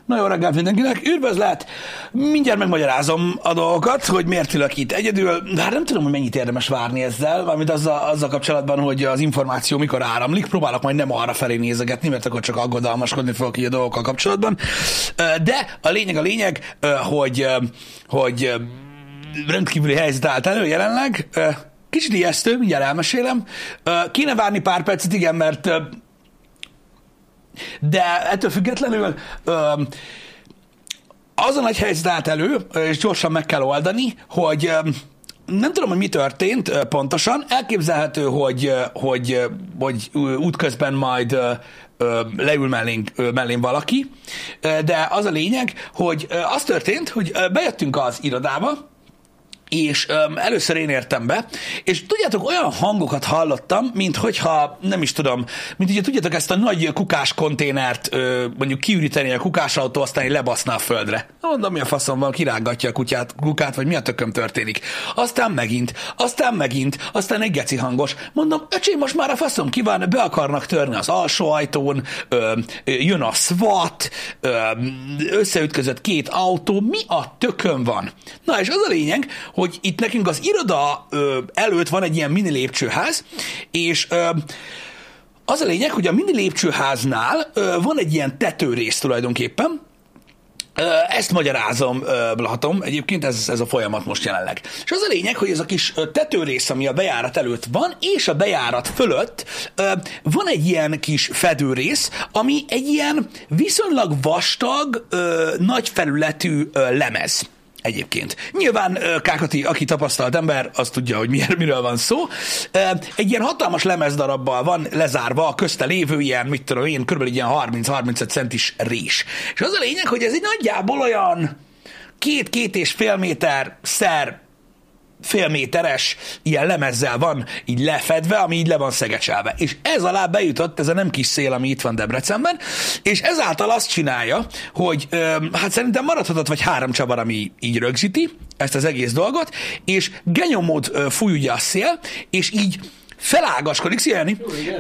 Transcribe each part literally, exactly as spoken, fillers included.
Na jó reggelt mindenkinek, üdvözlet! Mindjárt megmagyarázom a dolgokat, hogy miért ülök itt egyedül. Hát nem tudom, hogy mennyit érdemes várni ezzel, valamint azzal, azzal kapcsolatban, hogy az információ mikor áramlik. Próbálok majd nem arra felé nézegetni, mert akkor csak aggodalmaskodni fogok így a dolgokkal kapcsolatban. De a lényeg a lényeg, hogy, hogy rendkívüli helyzet állt elő jelenleg. Kicsit ijesztő, mindjárt elmesélem. Kéne várni pár percet, igen, mert de ettől függetlenül az a nagy helyzet állt elő, és gyorsan meg kell oldani, hogy nem tudom, hogy mi történt pontosan. Elképzelhető, hogy, hogy, hogy útközben majd leül mellén, mellén valaki, de az a lényeg, hogy az történt, hogy bejöttünk az irodába, és um, először én értem be, és tudjátok, olyan hangokat hallottam, mint hogyha, nem is tudom, mint ugye tudjátok ezt a nagy kukás konténert ö, mondjuk kiüríteni a kukásautó, aztán lebaszná a földre. Mondom, mi a faszom van, kirángatja a kutyát, kukát, vagy mi a tököm történik. Aztán megint, aztán megint, aztán egy geci hangos. Mondom, öcsém, most már a faszom ki van, be akarnak törni az alsó ajtón, ö, jön a SWAT, ö, összeütközött két autó, mi a tököm van? Na, és az a lényeg, hogy itt nekünk az iroda ö, előtt van egy ilyen mini lépcsőház, és ö, az a lényeg, hogy a mini lépcsőháznál ö, van egy ilyen tetőrész tulajdonképpen. Ö, ezt magyarázom, ö, latom, egyébként ez, ez a folyamat most jelenleg. És az a lényeg, hogy ez a kis tetőrész, ami a bejárat előtt van, és a bejárat fölött ö, van egy ilyen kis fedőrész, ami egy ilyen viszonylag vastag, ö, nagy felületű ö, lemez. Egyébként. Nyilván Kákati, aki tapasztalt ember, az tudja, hogy miről van szó. Egy ilyen hatalmas lemezdarabbal van lezárva a közte lévő ilyen, mit tudom én, körülbelül ilyen harminc-harmincöt centis rés. És az a lényeg, hogy ez egy nagyjából olyan két-két és fél méter szer fél méteres ilyen lemezzel van így lefedve, ami így le van szegecselve. És ez alá bejutott ez a nem kis szél, ami itt van Debrecenben, és ezáltal azt csinálja, hogy öm, hát szerintem maradhatott vagy három csavar, ami így rögzíti ezt az egész dolgot, és genyomód fúj ugye a szél, és így felágaskodik. Szia, Jani!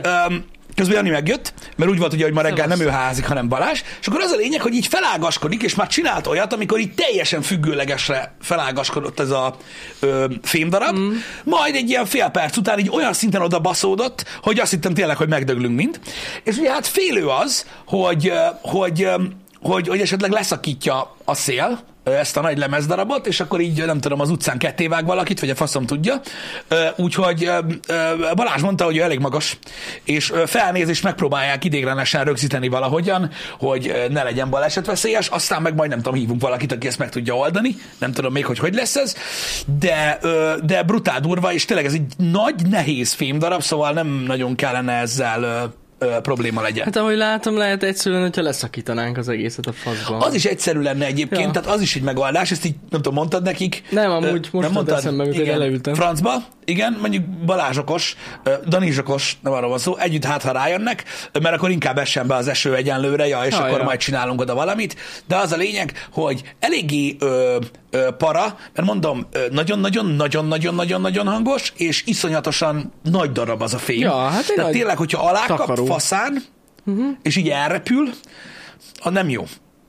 Közben Jani megjött, mert úgy volt ugye, hogy ma reggel nem ő házik, hanem Balázs, és akkor az a lényeg, hogy így felágaskodik, és már csinált olyat, amikor így teljesen függőlegesre felágaskodott ez a ö, fémdarab, mm. majd egy ilyen fél perc után így olyan szinten oda baszódott, hogy azt hittem tényleg, hogy megdöglünk mind. És ugye hát félő az, hogy, hogy, hogy, hogy esetleg leszakítja a szél ezt a nagy lemezdarabot, és akkor így, nem tudom, az utcán kettévág valakit, vagy a faszom tudja. Úgyhogy Balázs mondta, hogy ő elég magas, és felnéz, és megpróbálják idéglenesen rögzíteni valahogyan, hogy ne legyen balesetveszélyes, aztán meg majd nem tudom, hívunk valakit, aki ezt meg tudja oldani, nem tudom még, hogy hogy lesz ez, de, de brutál durva, és tényleg ez egy nagy, nehéz fémdarab, szóval nem nagyon kellene ezzel probléma legyen. Hát ahogy látom, lehet egyszerűen, hogyha leszakítanánk az egészet a faszban. Az is egyszerű lenne egyébként, ja. Tehát az is egy megoldás, ezt így nem tudom, mondtad nekik? Nem, amúgy most nem mondtad eszembe, amikor eleültem. Francba, igen, mondjuk Balázs okos, Dani is okos, nem arról van szó, együtt hát, ha rájönnek, mert akkor inkább essen be az eső egyenlőre, ja, és ha, akkor ja. majd csinálunk oda valamit, de az a lényeg, hogy eléggé ö, ö, para, mert mondom, nagyon-nagyon-nagyon-nagyon-nagyon hangos, és iszonyatosan nagy darab az a fém. Ja, hát tehát tényleg, hogyha alá kap faszán, uh-huh. és így elrepül, az nem jó.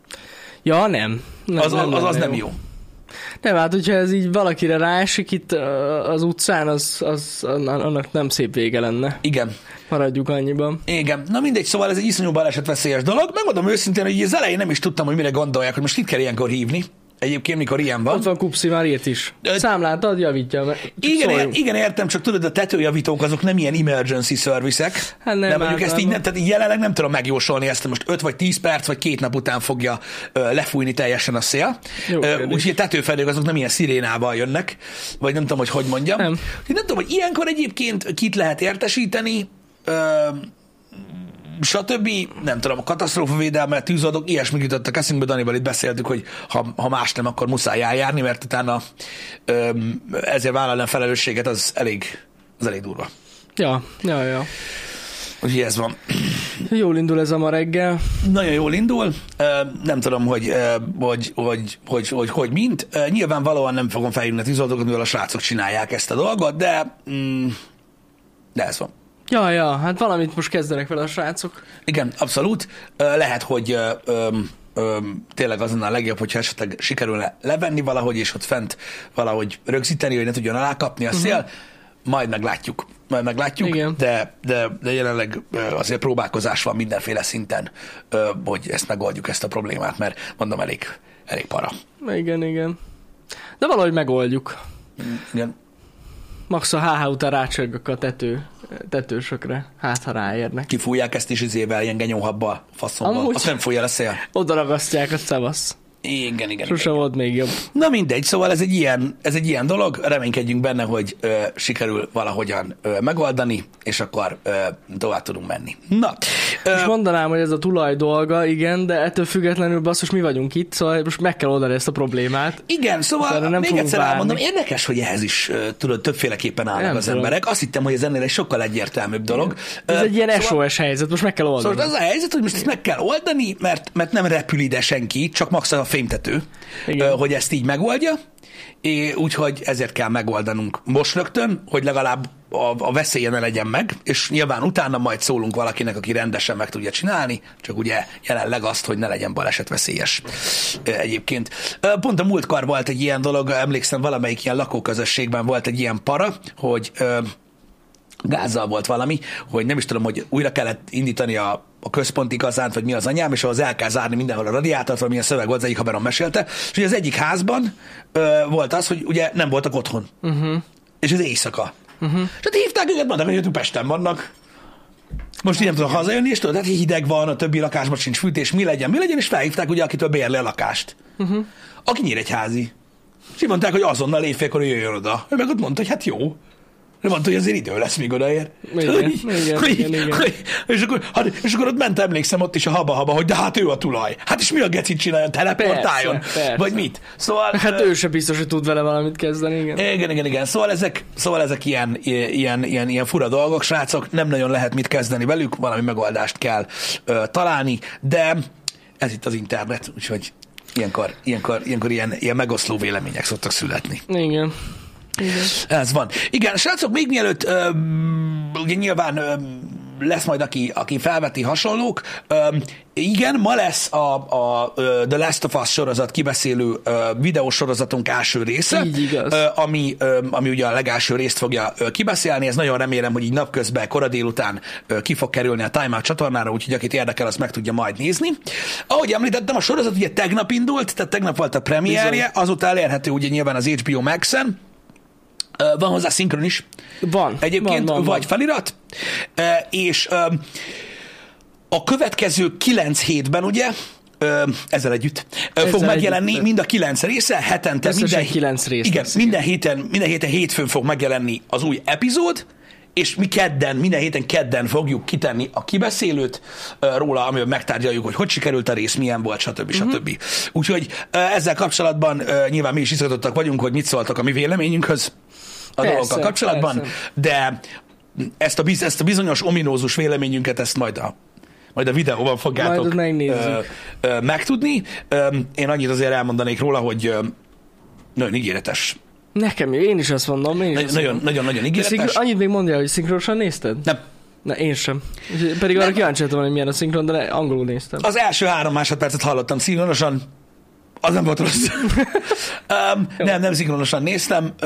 Ja, nem. nem az nem, az, az nem jó. jó. Nem, hát hogyha ez így valakire ráesik itt az utcán, az, az annak nem szép vége lenne. Igen. Maradjuk annyiban. Igen. Na mindegy, szóval ez egy iszonyú balesetveszélyes dolog. Megmondom őszintén, hogy az elején nem is tudtam, hogy mire gondolják, hogy most itt kell ilyenkor hívni. Egyébként, mikor ilyen van. Ott van Kupszi, már írt is. Számlát ad, javítja. Igen, ér, igen, értem, csak tudod, a tetőjavítók azok nem ilyen emergency service-ek. Hát nem, de mondjuk ezt így nem, tehát jelenleg nem tudom megjósolni ezt, most öt vagy tíz perc, vagy két nap után fogja uh, lefújni teljesen a szél. Uh, Úgyhogy a tetőfedők azok nem ilyen szirénával jönnek, vagy nem tudom, hogy hogy mondjam. Nem, nem tudom, hogy ilyenkor egyébként kit lehet értesíteni, uh, stb. Nem tudom, a katasztrófavédelme, tűzoltók, ilyesmik jutottak eszünkbe, Danival itt beszéltük, hogy ha, ha más nem, akkor muszáj eljárni, mert utána öm, ezért vállalni a felelősséget, az elég, az elég durva. Ja, ja, ja. Úgyhogy ez van. Jól indul ez a ma reggel. Nagyon jól indul. Nem tudom, hogy hogy, hogy, hogy, hogy, hogy mint. Nyilvánvalóan nem fogom felhívni a tűzoltókat, mivel a srácok csinálják ezt a dolgot, de, de ez van. Ja, ja, hát valamit most kezdenek vele a srácok. Igen, abszolút. Lehet, hogy ö, tényleg azon a legjobb, hogyha esetleg sikerülne levenni valahogy, és ott fent valahogy rögzíteni, hogy ne tudjon alákapni a szél, uh-huh. majd meglátjuk. Majd meglátjuk, de, de, de jelenleg azért próbálkozás van mindenféle szinten, hogy ezt megoldjuk, ezt a problémát, mert mondom, elég, elég para. Igen, igen. De valahogy megoldjuk. Igen. Max a há há után rácsörgök a tető, tetősökre, hát ha ráérnek. Kifújják ezt is izével, ilyen genyóhabba, faszomba. Azt nem fújja a szél. Oda ragasztják, a szevasz. Igen, igen. Sose igen. volt még jobb. Na mindegy, szóval ez egy ilyen, ez egy ilyen dolog, reménykedjünk benne, hogy ö, sikerül valahogyan ö, megoldani, és akkor ö, tovább tudunk menni. Na. Ö, most mondanám, hogy ez a tulaj dolga, igen, de ettől függetlenül basszus, mi vagyunk itt, szóval most meg kell oldani ezt a problémát. Igen, szóval nem még egyszer várni. Elmondom, érdekes, hogy ehhez is tudod, többféleképpen állnak nem az tudom. emberek. Azt hittem, hogy ez ennél egy sokkal egyértelműbb dolog. Ez ö, egy ilyen szóval, es o es helyzet, most meg kell oldani. Szóval az a helyzet, hogy most ezt meg kell oldani, mert, mert nem repül ide senki, csak max a fémtető, igen. hogy ezt így megoldja, úgyhogy ezért kell megoldanunk most rögtön, hogy legalább a, a veszélye ne legyen meg, és nyilván utána majd szólunk valakinek, aki rendesen meg tudja csinálni, csak ugye jelenleg azt, hogy ne legyen balesetveszélyes egyébként. Pont a múltkor volt egy ilyen dolog, emlékszem, valamelyik ilyen lakóközösségben volt egy ilyen para, hogy gázzal volt valami, hogy nem is tudom, hogy újra kellett indítani a, a központi kazánt, vagy mi az anyám, és ahhoz el kell zárni mindenhol a radiátort, vagy milyen szöveg volt, az egyik haverom mesélte, és ugye az egyik házban ö, volt az, hogy ugye nem voltak otthon. Uh-huh. És ez éjszaka. Uh-huh. És hát hívták őket, mondták, hogy Pesten vannak. Most így nem tudok hazajönni, és tudod, hát hideg van, a többi lakásban sincs fűtés, mi legyen, mi legyen, és felhívták ugye, akitől bérli a lakást. Uh-huh. Aki Nyíregyházi. És így mondták, hogy azonnal éjfélkor jöjjön oda. Ő meg ott mondta, hogy hát jó. De mondta, hogy azért idő lesz, míg odaér. Igen, hogy, igen, hogy, igen, igen. Hogy, és, akkor, és akkor ott ment, emlékszem ott is a haba-haba, hogy de hát ő a tulaj. Hát és mi a gecit csináljon? Teleportáljon? Persze, persze. Vagy mit? Szóval, hát ő sem biztos, hogy tud vele valamit kezdeni, igen. Igen, igen, igen. Szóval ezek, szóval ezek ilyen, ilyen, ilyen, ilyen fura dolgok, srácok. Nem nagyon lehet mit kezdeni velük, valami megoldást kell uh, találni, de ez itt az internet, úgyhogy ilyenkor, ilyenkor, ilyenkor ilyen, ilyen megoszló vélemények szoktak születni. Igen. Igen. Ez van. Igen, srácok, még mielőtt ö, ugye nyilván ö, lesz majd, aki, aki felveti hasonlók. Ö, igen, ma lesz a, a, a The Last of Us sorozat kibeszélő ö, videósorozatunk első része, ö, ami, ö, ami ugye a legelső részt fogja ö, kibeszélni. Ez nagyon remélem, hogy így napközben, kora délután ö, ki fog kerülni a Time Out csatornára, úgyhogy akit érdekel, azt meg tudja majd nézni. Ahogy említettem, a sorozat ugye tegnap indult, tehát tegnap volt a premierje, azóta elérhető ugye nyilván az há bé o Max-en. Van hozzá szinkron is. Van. Egyébként, van, van, vagy van. felirat. És a következő kilenc hétben, ugye, ezzel együtt ezzel fog megjelenni együtt. Mind a kilenc része, hetente minden, kilenc rész igen, minden, héten, minden héten hétfőn fog megjelenni az új epizód, és mi kedden, minden héten kedden fogjuk kitenni a kibeszélőt uh, róla, amiben megtárgyaljuk, hogy hogy sikerült a rész, milyen volt, stb. Uh-huh. stb. Úgyhogy uh, ezzel kapcsolatban uh, nyilván mi is izgatottak vagyunk, hogy mit szóltak a mi véleményünkhöz a persze, dolgokkal kapcsolatban, persze. De ezt a, biz, ezt a bizonyos ominózus véleményünket, ezt majd a, majd a videóban fogjátok uh, uh, megtudni. Uh, én annyit azért elmondanék róla, hogy uh, nagyon ígéretes. Nekem, én is azt mondom. Én is Nagyon-nagyon ígéretes. Szinkro- annyit még mondja, hogy szinkronosan nézted? Nem. Na, én sem. Pedig arra kíváncsi voltam, hogy milyen a szinkron, de angolul néztem. Az első három másodpercet hallottam szinkronosan, az nem volt rossz. um, nem, nem szinkronosan néztem,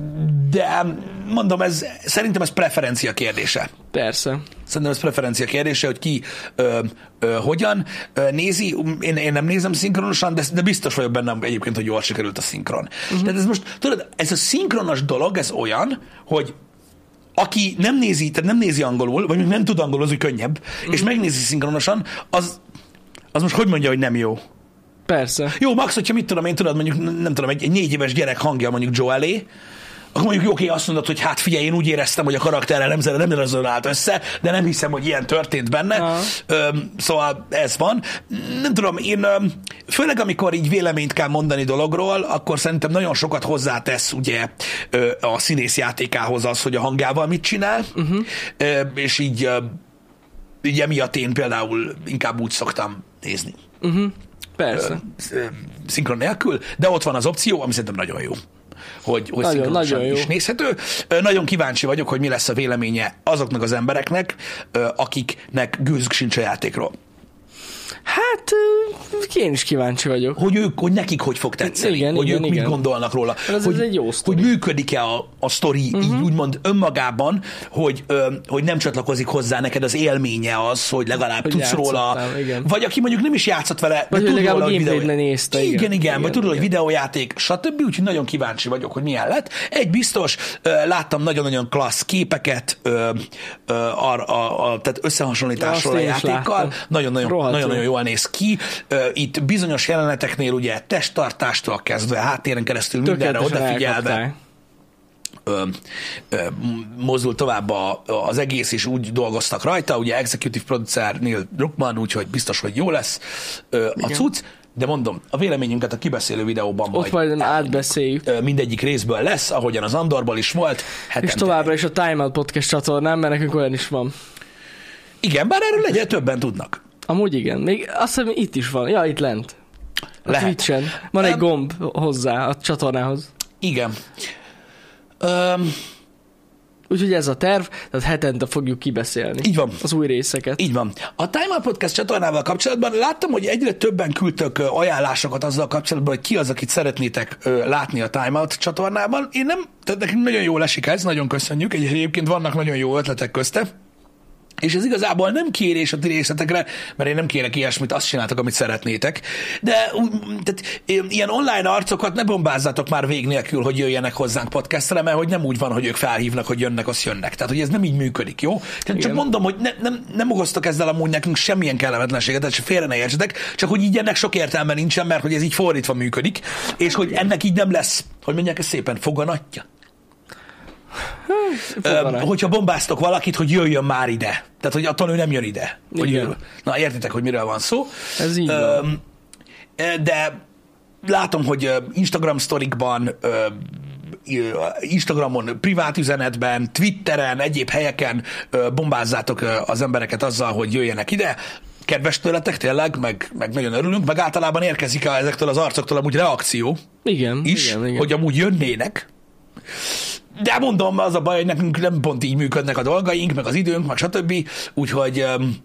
de mondom, ez, szerintem ez preferencia kérdése. Persze. Szerintem ez preferencia kérdése, hogy ki ö, ö, hogyan ö, nézi. Én, én nem nézem szinkronosan, de, de biztos vagyok benne egyébként, hogy jól sikerült a szinkron. Uh-huh. Tehát ez most, tudod, ez a szinkronos dolog, ez olyan, hogy aki nem nézi, tehát nem nézi angolul, vagy nem tud angolul, az úgy könnyebb, uh-huh. és megnézi szinkronosan, az, az most hogy mondja, hogy nem jó? Persze. Jó, max, hogyha mit tudom én, tudod, mondjuk, nem tudom, egy, egy négy éves gyerek hangja mondjuk Joelé, akkor mondjuk oké, azt mondod, hogy hát figyelj, én úgy éreztem, hogy a karakterrel nem, nem rezonált össze, de nem hiszem, hogy ilyen történt benne. Öm, szóval ez van. Nem tudom, én öm, főleg amikor így véleményt kell mondani dologról, akkor szerintem nagyon sokat hozzátesz ugye ö, a színész játékához az, hogy a hangjával mit csinál, uh-huh. ö, és így, ö, így emiatt én például inkább úgy szoktam nézni. Uh-huh. Persze. Ö, ö, szinkron nélkül, de ott van az opció, ami szerintem nagyon jó. Hogy, hogy nagyon, nagyon is nézhető. Nagyon kíváncsi vagyok, hogy mi lesz a véleménye azoknak az embereknek, akiknek gőzük sincs a játékról. Hát, én is kíváncsi vagyok. Hogy ők, hogy nekik hogy fog tetszeni, igen, hogy igen, ők igen. mit gondolnak róla. Ez, hogy, ez egy jó sztori. hogy működik-e a, a sztori uh-huh. így úgymond önmagában, hogy, ö, hogy nem csatlakozik hozzá neked az élménye az, hogy legalább hogy tudsz róla. Igen. Vagy aki mondjuk nem is játszott vele, vagy de tud róla, hogy videó... nézte. Igen, igen, igen, igen, vagy tudod, hogy videójáték, stb. Úgyhogy nagyon kíváncsi vagyok, hogy milyen lett. Egy biztos, ö, láttam nagyon-nagyon klassz képeket ö, ö, a, a, a, tehát összehasonlításról a játékkal. Nagyon-nagyon, nagyon-nagyon jól néz ki. Ö, itt bizonyos jeleneteknél ugye testtartástól kezdve, háttéren keresztül mindenre odafigyelve ö, ö, mozdul tovább a, az egész, és úgy dolgoztak rajta. Ugye executive producer Neil Druckmann, úgyhogy biztos, hogy jó lesz ö, a cucc. De mondom, a véleményünket a kibeszélő videóban ott majd, majd átbeszéljük. Mindegyik részből lesz, ahogyan az Andorból is volt. És továbbra is a Time Out Podcast csatornán, mert nekünk olyan is van. Igen, bár erről legyen többen tudnak. Amúgy igen. Még azt hiszem, itt is van. Ja, itt lent. A Lehet. Twitchen. Van um, egy gomb hozzá a csatornához. Igen. Um, Úgyhogy ez a terv, tehát hetente fogjuk kibeszélni. Így van. Az új részeket. Így van. A Time Out Podcast csatornával kapcsolatban láttam, hogy egyre többen küldtök ajánlásokat azzal kapcsolatban, hogy ki az, akit szeretnétek látni a Time Out csatornában. Én nem, tehát nekünk nagyon jól esik ez, nagyon köszönjük. Egyébként vannak nagyon jó ötletek közte. És ez igazából nem kérés a ti részletekre, mert én nem kérek ilyesmit, azt csináltok, amit szeretnétek. De tehát, ilyen online arcokat ne bombázzatok már vég nélkül, hogy jöjjenek hozzánk podcastre, mert hogy nem úgy van, hogy ők felhívnak, hogy jönnek, azt jönnek. Tehát, hogy ez nem így működik, jó? Tehát csak mondom, hogy ne, nem, nem okoztok ezzel amúgy nekünk semmilyen kellemetlenséget, tehát se félre ne értsetek, csak hogy így ennek sok értelme nincsen, mert hogy ez így fordítva működik, és hogy ennek így nem lesz, hogy mondják ezt szépen, foganatja. Ö, hogyha bombáztok valakit, hogy jöjjön már ide. Tehát, hogy attól ő nem jön ide. Hogy jön. Na, értitek, hogy miről van szó. Ez így Ö, van. De látom, hogy Instagram sztorikban, Instagramon, privát üzenetben, Twitteren, egyéb helyeken bombázzátok az embereket azzal, hogy jöjjenek ide. Kedves tőletek, tényleg, meg, meg nagyon örülünk, meg általában érkezik ezektől az arcoktól amúgy reakció igen, is, igen, igen. hogy amúgy jönnének. De mondom, az a baj, hogy nekünk nem pont így működnek a dolgaink, meg az időnk, meg stb. Úgyhogy... Um,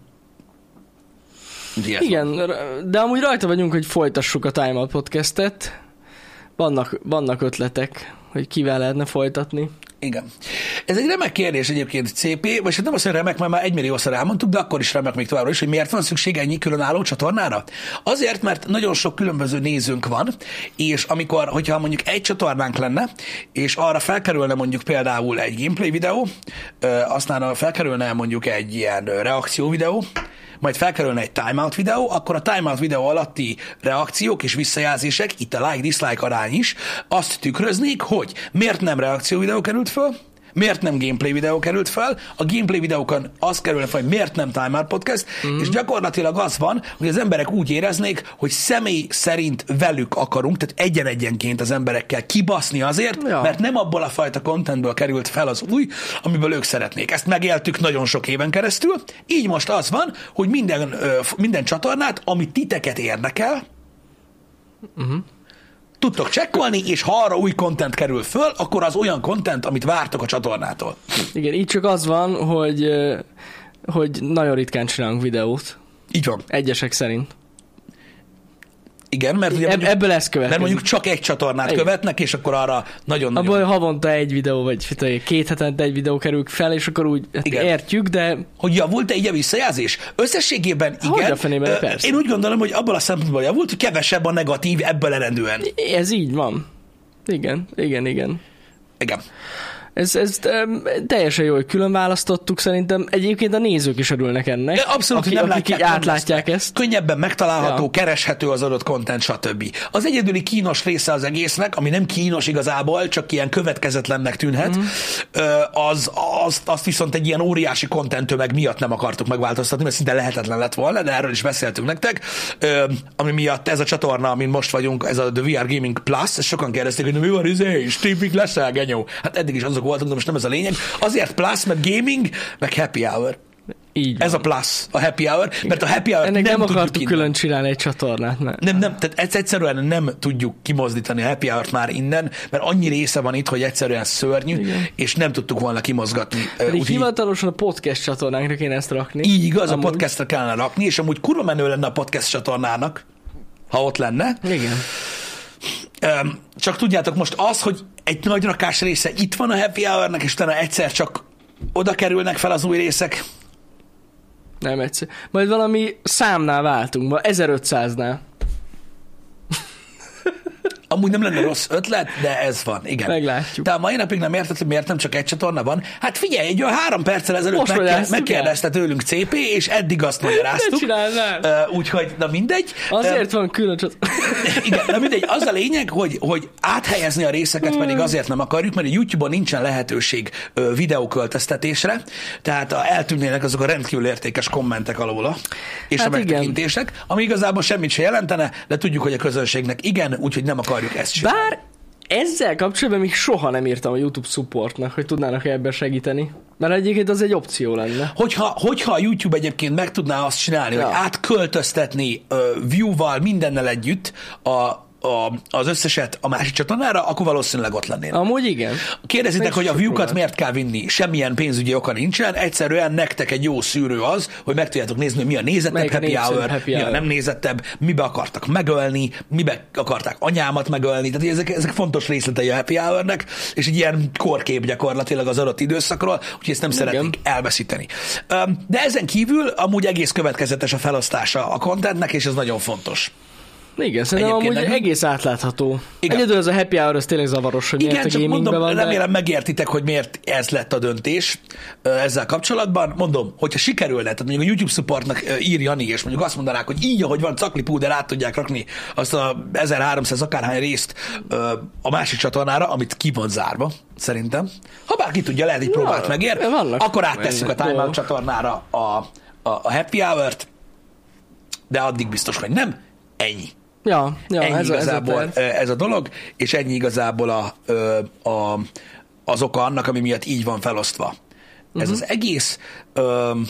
igen, van. De amúgy rajta vagyunk, hogy folytassuk a Time Out Podcastet. Vannak, vannak ötletek, hogy kivel lehetne folytatni. Igen. Ez egy remek kérdés egyébként, cé pé, vagy hát nem azt, hogy remek, mert már egymilliószor elmondtuk, de akkor is remek még továbbra is, hogy miért van szükség ennyi különálló csatornára? Azért, mert nagyon sok különböző nézőnk van, és amikor, hogyha mondjuk egy csatornánk lenne, és arra felkerülne mondjuk például egy gameplay videó, aztán felkerülne mondjuk egy ilyen reakció videó, majd felkerülne egy timeout videó, akkor a timeout videó alatti reakciók és visszajelzések, itt a like-dislike arány is, azt tükröznék, hogy miért nem reakció videó került föl, miért nem gameplay videó került fel, a gameplay videókon az kerülne fel, hogy miért nem Time Out Podcast, mm-hmm. és gyakorlatilag az van, hogy az emberek úgy éreznék, hogy személy szerint velük akarunk, tehát egyen-egyenként az emberekkel kibaszni azért, ja. mert nem abból a fajta contentből került fel az új, amiből ők szeretnék. Ezt megéltük nagyon sok éven keresztül, így most az van, hogy minden, minden csatornát, ami titeket érdekel, mm-hmm. tudtok csekkolni, és ha arra új content kerül föl, akkor az olyan content, amit vártok a csatornától. Igen, így csak az van, hogy, hogy nagyon ritkán csinálunk videót. Így van. Egyesek szerint. Igen, mert ugye Ebb, mondjuk, ebből ez következik. mert mondjuk csak egy csatornát Igen. követnek, és akkor arra nagyon-nagyon... Abból havonta egy videó, vagy két hetente egy videó kerül fel, és akkor úgy igen. értjük, de... Hogy javult-e így a visszajelzés? Összességében igen. Hogy a fenében, persze. Én úgy gondolom, hogy abból a szempontból javult, hogy kevesebb a negatív ebből eredően. Ez így van. Igen, igen, igen. Igen. Ez, ez teljesen jó, hogy külön választottuk, szerintem egyébként a nézők is örülnek ennek. De abszolút, akik, nem akik látják, átlátják nem ezt. Könnyebben megtalálható, ja. kereshető az adott content, stb. Az egyedüli kínos része az egésznek, ami nem kínos igazából, csak ilyen következetlennek tűnhet, mm. az, az, azt viszont egy ilyen óriási content tömeg miatt nem akartuk megváltoztatni, mert szinte lehetetlen lett volna, de erről is beszéltünk nektek, ami miatt ez a csatorna, amin most vagyunk, ez a The vé er Gaming Plus, ezt sokan kérdezték, hogy mi van, ez és tipik leszel, genyó. Hát eddig is azok voltunk, de most nem ez a lényeg. Azért Plus, meg Gaming, meg Happy Hour. Így Ez van. a plusz, a happy hour, mert a happy hour Ennek nem, nem tudjuk akartuk innen. külön csinálni egy csatornát, mert... Nem, nem, tehát ez egyszerűen nem tudjuk kimozdítani a happy hour-t már innen, mert annyi része van itt, hogy egyszerűen szörnyű, igen. és nem tudtuk volna kimozgatni. Pedig hivatalosan a podcast csatornánkra kéne ezt rakni. Így igaz, amúgy. a podcastra kellene rakni, és amúgy kurva menő lenne a podcast csatornának, ha ott lenne. Igen. Csak tudjátok, most az, hogy egy nagy rakás része itt van a happy hour-nek, és utána egyszer csak oda kerülnek fel az új részek. Nem egyszer. Majd valami számnál váltunk, ma ezerötszáznál. Amúgy nem lenne rossz ötlet, de ez van, igen. Meglátjuk. De a mai napig nem érted, hogy miért nem csak egy csatorna van. Hát figyelj, egy olyan három perccel ezelőtt megkér- megkérdezte tőlünk cé pé, és eddig azt magyaráztuk. Uh, úgyhogy, na mindegy. Azért uh, van külön csatorna. Igen, na mindegy. Az a lényeg, hogy, hogy áthelyezni a részeket pedig azért nem akarjuk, mert a YouTube-on nincsen lehetőség uh, videóköltöztetésre, tehát a, eltűnnének azok a rendkívül értékes kommentek alóla, és hát a megtekintések, ami igazából semmit se jelentene, de tudjuk, hogy a közönségnek igen, úgyhogy nem akar ezt csinálni. Bár ezzel kapcsolatban még soha nem írtam a YouTube supportnak, hogy tudnának ebben segíteni. Mert egyébként az egy opció lenne. Hogyha, hogyha a YouTube egyébként meg tudná azt csinálni, ja. hogy átköltöztetni uh, view-val, mindennel együtt a A, az összeset a másik csatornára, akkor valószínűleg ott lennének. Amúgy igen. Kérdezitek, hogy a view-kat miért kell vinni? Semmilyen pénzügyi oka nincsen, egyszerűen nektek egy jó szűrő az, hogy meg tudjátok nézni, hogy mi a nézettebb happy hour, happy mi a nem nézettebb, mibe akartak megölni, mibe akarták anyámat megölni, tehát ezek, ezek fontos részletei a happy hour-nek, és egy ilyen korkép gyakorlatilag az adott időszakról, úgyhogy ezt nem igen. szeretnénk elveszíteni. De ezen kívül amúgy egész következetes a felosztása a contentnek, és ez nagyon fontos. Igen, szerintem amúgy nekünk... egész átlátható. Igen. Egyedül ez a happy hour, ez tényleg zavaros, hogy igen, miért a gamingben mondom, van. Remélem de... megértitek, hogy miért ez lett a döntés ezzel kapcsolatban. Mondom, hogyha sikerülne, tehát mondjuk a YouTube supportnak ír Jani, és mondjuk azt mondanák, hogy így, ahogy van caklipú, de rá tudják rakni azt a ezerháromszáz akárhány részt a másik csatornára, amit ki van zárva, szerintem. Ha bárki tudja, lehet egy próbát ja, megér, akkor áttesszük a Time Out csatornára a, a, a happy hour-t, de addig biztos, hogy nem. Ennyi. Ja, ja, ennyi ez, igazából ez, a ez a dolog, és ennyi igazából a, a, az oka annak, ami miatt így van felosztva. Uh-huh. Ez az egész... Ö,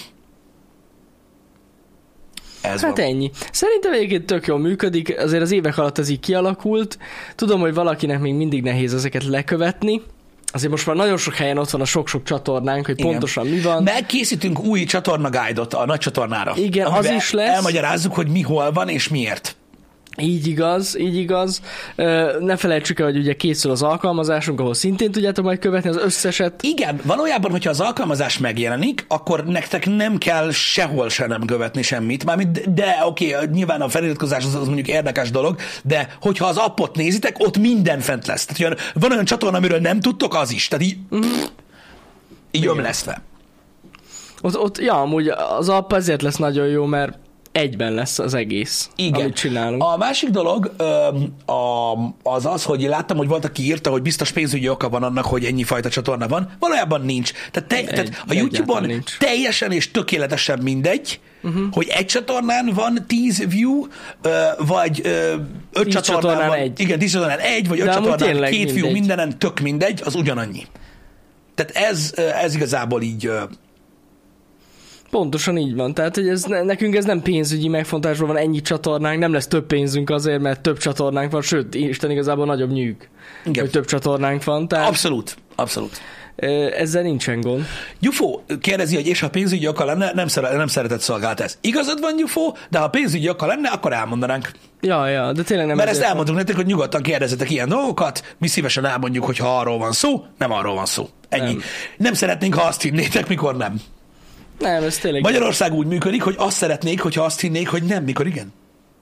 ez hát van. ennyi. Szerintem egyébként tök jól működik, azért az évek alatt ez így kialakult. Tudom, hogy valakinek még mindig nehéz ezeket lekövetni. Azért most már nagyon sok helyen ott van a sok-sok csatornánk, hogy igen. pontosan mi van. Megkészítünk új csatorna guide-ot a nagy csatornára. Igen, az is lesz. Elmagyarázzuk, hogy mi hol van és miért. Így igaz, így igaz. Ne felejtsük el, hogy ugye készül az alkalmazásunk, ahol szintén tudjátok majd követni az összeset. Igen, valójában, hogyha az alkalmazás megjelenik, akkor nektek nem kell sehol se nem követni semmit, mármint, de oké, okay, nyilván a feliratkozás az, az mondjuk érdekes dolog, de hogyha az appot nézitek, ott minden fent lesz. Tehát van olyan csatorna, amiről nem tudtok, az is. Tehát így, mm. így ömlesztve. Ott, ott, ja, amúgy az app ezért lesz nagyon jó, mert egyben lesz az egész, igen. amit csinálunk. A másik dolog az az, hogy láttam, hogy volt, aki írta, hogy biztos pénzügyi oka van annak, hogy ennyi fajta csatorna van. Valójában nincs. Tehát, te, egy, tehát a YouTube-on nincs. Teljesen és tökéletesen mindegy, uh-huh. hogy egy csatornán van tíz view, vagy öt tíz csatornán van. Egy. Igen, tíz csatornán egy, vagy öt csatornán két mindegy. View, mindenen tök mindegy, az ugyanannyi. Tehát ez, ez igazából így... Pontosan így van. Tehát, hogy ez, nekünk ez nem pénzügyi megfontásról van ennyi csatornánk, nem lesz több pénzünk azért, mert több csatornánk van, sőt, Isten igazából nagyobb nyűg, igen. hogy több csatornánk van. Tehát abszolút, abszolút. Ezzel nincsen gond. Gyufó kérdezi, hogy és ha pénzügyi oka lenne, nem, szeret, nem szeretett szolgáltatás. Igazad van, Gyufó, de ha pénzügyi oka lenne, akkor elmondanánk. Ja, ja, de tényleg nem. Mert ezt elmondunk nektek, hogy nyugodtan kérdezzetek ilyen dolgokat, mi szívesen elmondjuk, hogy ha arról van szó, nem arról van szó. Ennyi. Nem, nem szeretnénk, ha azt hinnétek, mikor nem. Nem, ez tényleg... Magyarország úgy működik, hogy azt szeretnék, hogyha azt hinnék, hogy nem, mikor igen.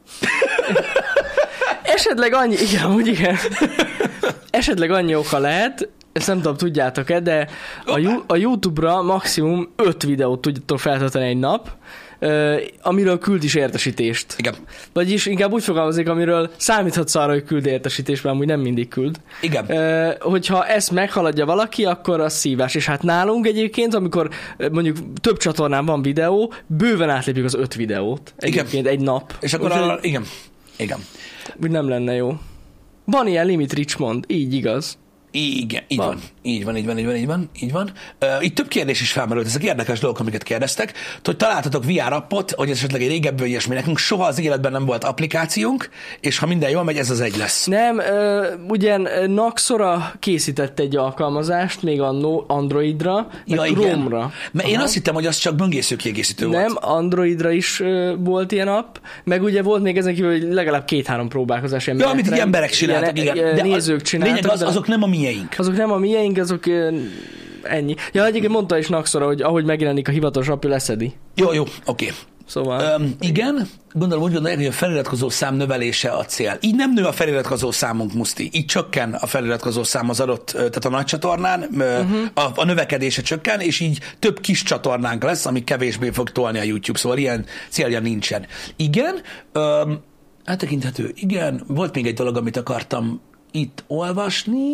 Esetleg annyi, igen, úgy igen. Esetleg annyi oka lehet, ezt nem tudom, tudjátok-e, de a, a YouTube-ra maximum öt videót tudjátok feltölteni egy nap, Uh, amiről küld is értesítést. Igen. Vagyis inkább úgy fogalmazik, amiről számíthatsz arra, hogy küld értesítést, mert amúgy nem mindig küld. Igen. Uh, hogyha ezt meghaladja valaki, akkor az szívás. És hát nálunk egyébként, amikor mondjuk több csatornán van videó, bőven átlépjük az öt videót. Egyébként igen. egy nap. És akkor úgy, a... igen. Igen. Úgy nem lenne jó. Van ilyen limit, Richmond. Így igaz. Igen, így van. van. Így van, így van, így van, így van, így van. Uh, itt több kérdés is felmerült, ezek érdekes dolgok, amiket kérdeztek. Hogy találtatok vé er appot, hogy ez esetleg egy régebből ilyesmi. Nekünk soha az életben nem volt applikációnk, és ha minden jól megy, ez az egy lesz. Nem, uh, ugyan Naxora készített egy alkalmazást, még annó Androidra, meg ja, Chrome-ra. Mert én azt hittem, hogy az csak böngésző kiegészítő nem, volt. Nem, Androidra is uh, volt ilyen app, meg ugye volt még ezen kívül, hogy legalább két-három próbálkozás. Ja, amit így emberek csináltak, ilyen, igen. De nézők csináltak. Lényeg az, azok nem a miénk. Azok nem a miénk, azok ennyi. Ja, egyébként mondta is Naxora, hogy ahogy megjelenik a hivatalos app, ő leszedi. Jó, jó, oké. Szóval... Um, igen, gondolom úgy gondolják, hogy a feliratkozó szám növelése a cél. Így nem nő a feliratkozó számunk, Muszti. Így csökken a feliratkozó szám az adott, tehát a nagy csatornán, uh-huh. a, a növekedése csökken, és így több kis csatornánk lesz, ami kevésbé fog tolni a YouTube, szóval ilyen célja nincsen. Igen, um, áttekinthető, igen, volt még egy dolog, amit akartam itt olvasni.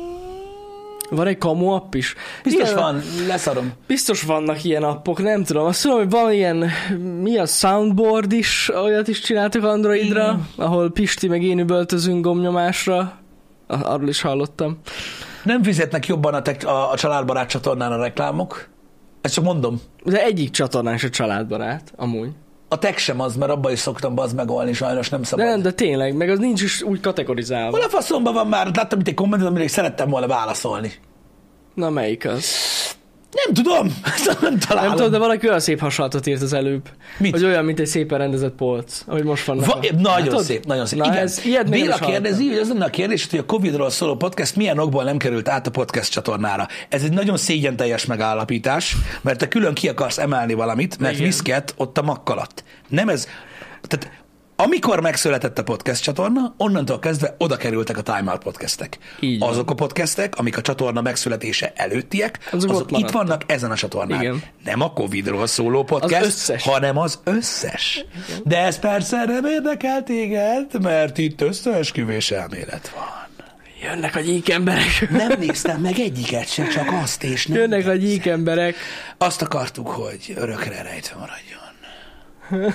Van egy kamu app is. Biztos igen, van, leszarom. Biztos vannak ilyen appok, nem tudom. Azt tudom, hogy van ilyen, mi a soundboard is, olyat is csináltak Androidra, mm. ahol Pisti meg én üvöltözünk gombnyomásra. Arról is hallottam. Nem fizetnek jobban a, te- a, a családbarát csatornán a reklámok. Ezt csak mondom. De egyik csatornán is a családbarát, amúgy. A tech sem az, mert abban is szoktam bazd megolni, sajnos nem szabad. De nem, de tényleg, meg az nincs is úgy kategorizálva. Hol a faszomban van már? Láttam itt egy kommentet, amire szerettem volna válaszolni. Na, melyik az? Nem tudom, nem találom. Nem tudom, de valaki olyan szép hasonlatot írt az előbb. Mit? Hogy olyan, mint egy szépen rendezett polc, ahogy most vannak. Va- a... nagyon Látod? szép, nagyon szép. Na, igen. Ez, ilyet Béla kérdezi, hogy az lenne a kérdés, hogy a Covidról szóló podcast milyen okból nem került át a podcast csatornára. Ez egy nagyon szégyenteljes megállapítás, mert te külön ki akarsz emelni valamit, mert viszket ott a makkalatt. Nem ez... Tehát amikor megszületett a podcast csatorna, onnantól kezdve oda kerültek a Time Out podcastek. Így Azok van. a podcastek, amik a csatorna megszületése előttiek, azok, azok itt vannak ezen a csatornán. Igen. Nem a Covidról szóló podcast, az összes. hanem az összes. Igen. De ez persze nem érdekel téged, mert itt összeesküvés elmélet van. Jönnek a gyík emberek. Nem néztem meg egyiket se, csak azt és nem. Jönnek a gyík emberek. Azt akartuk, hogy örökre rejtve maradjon.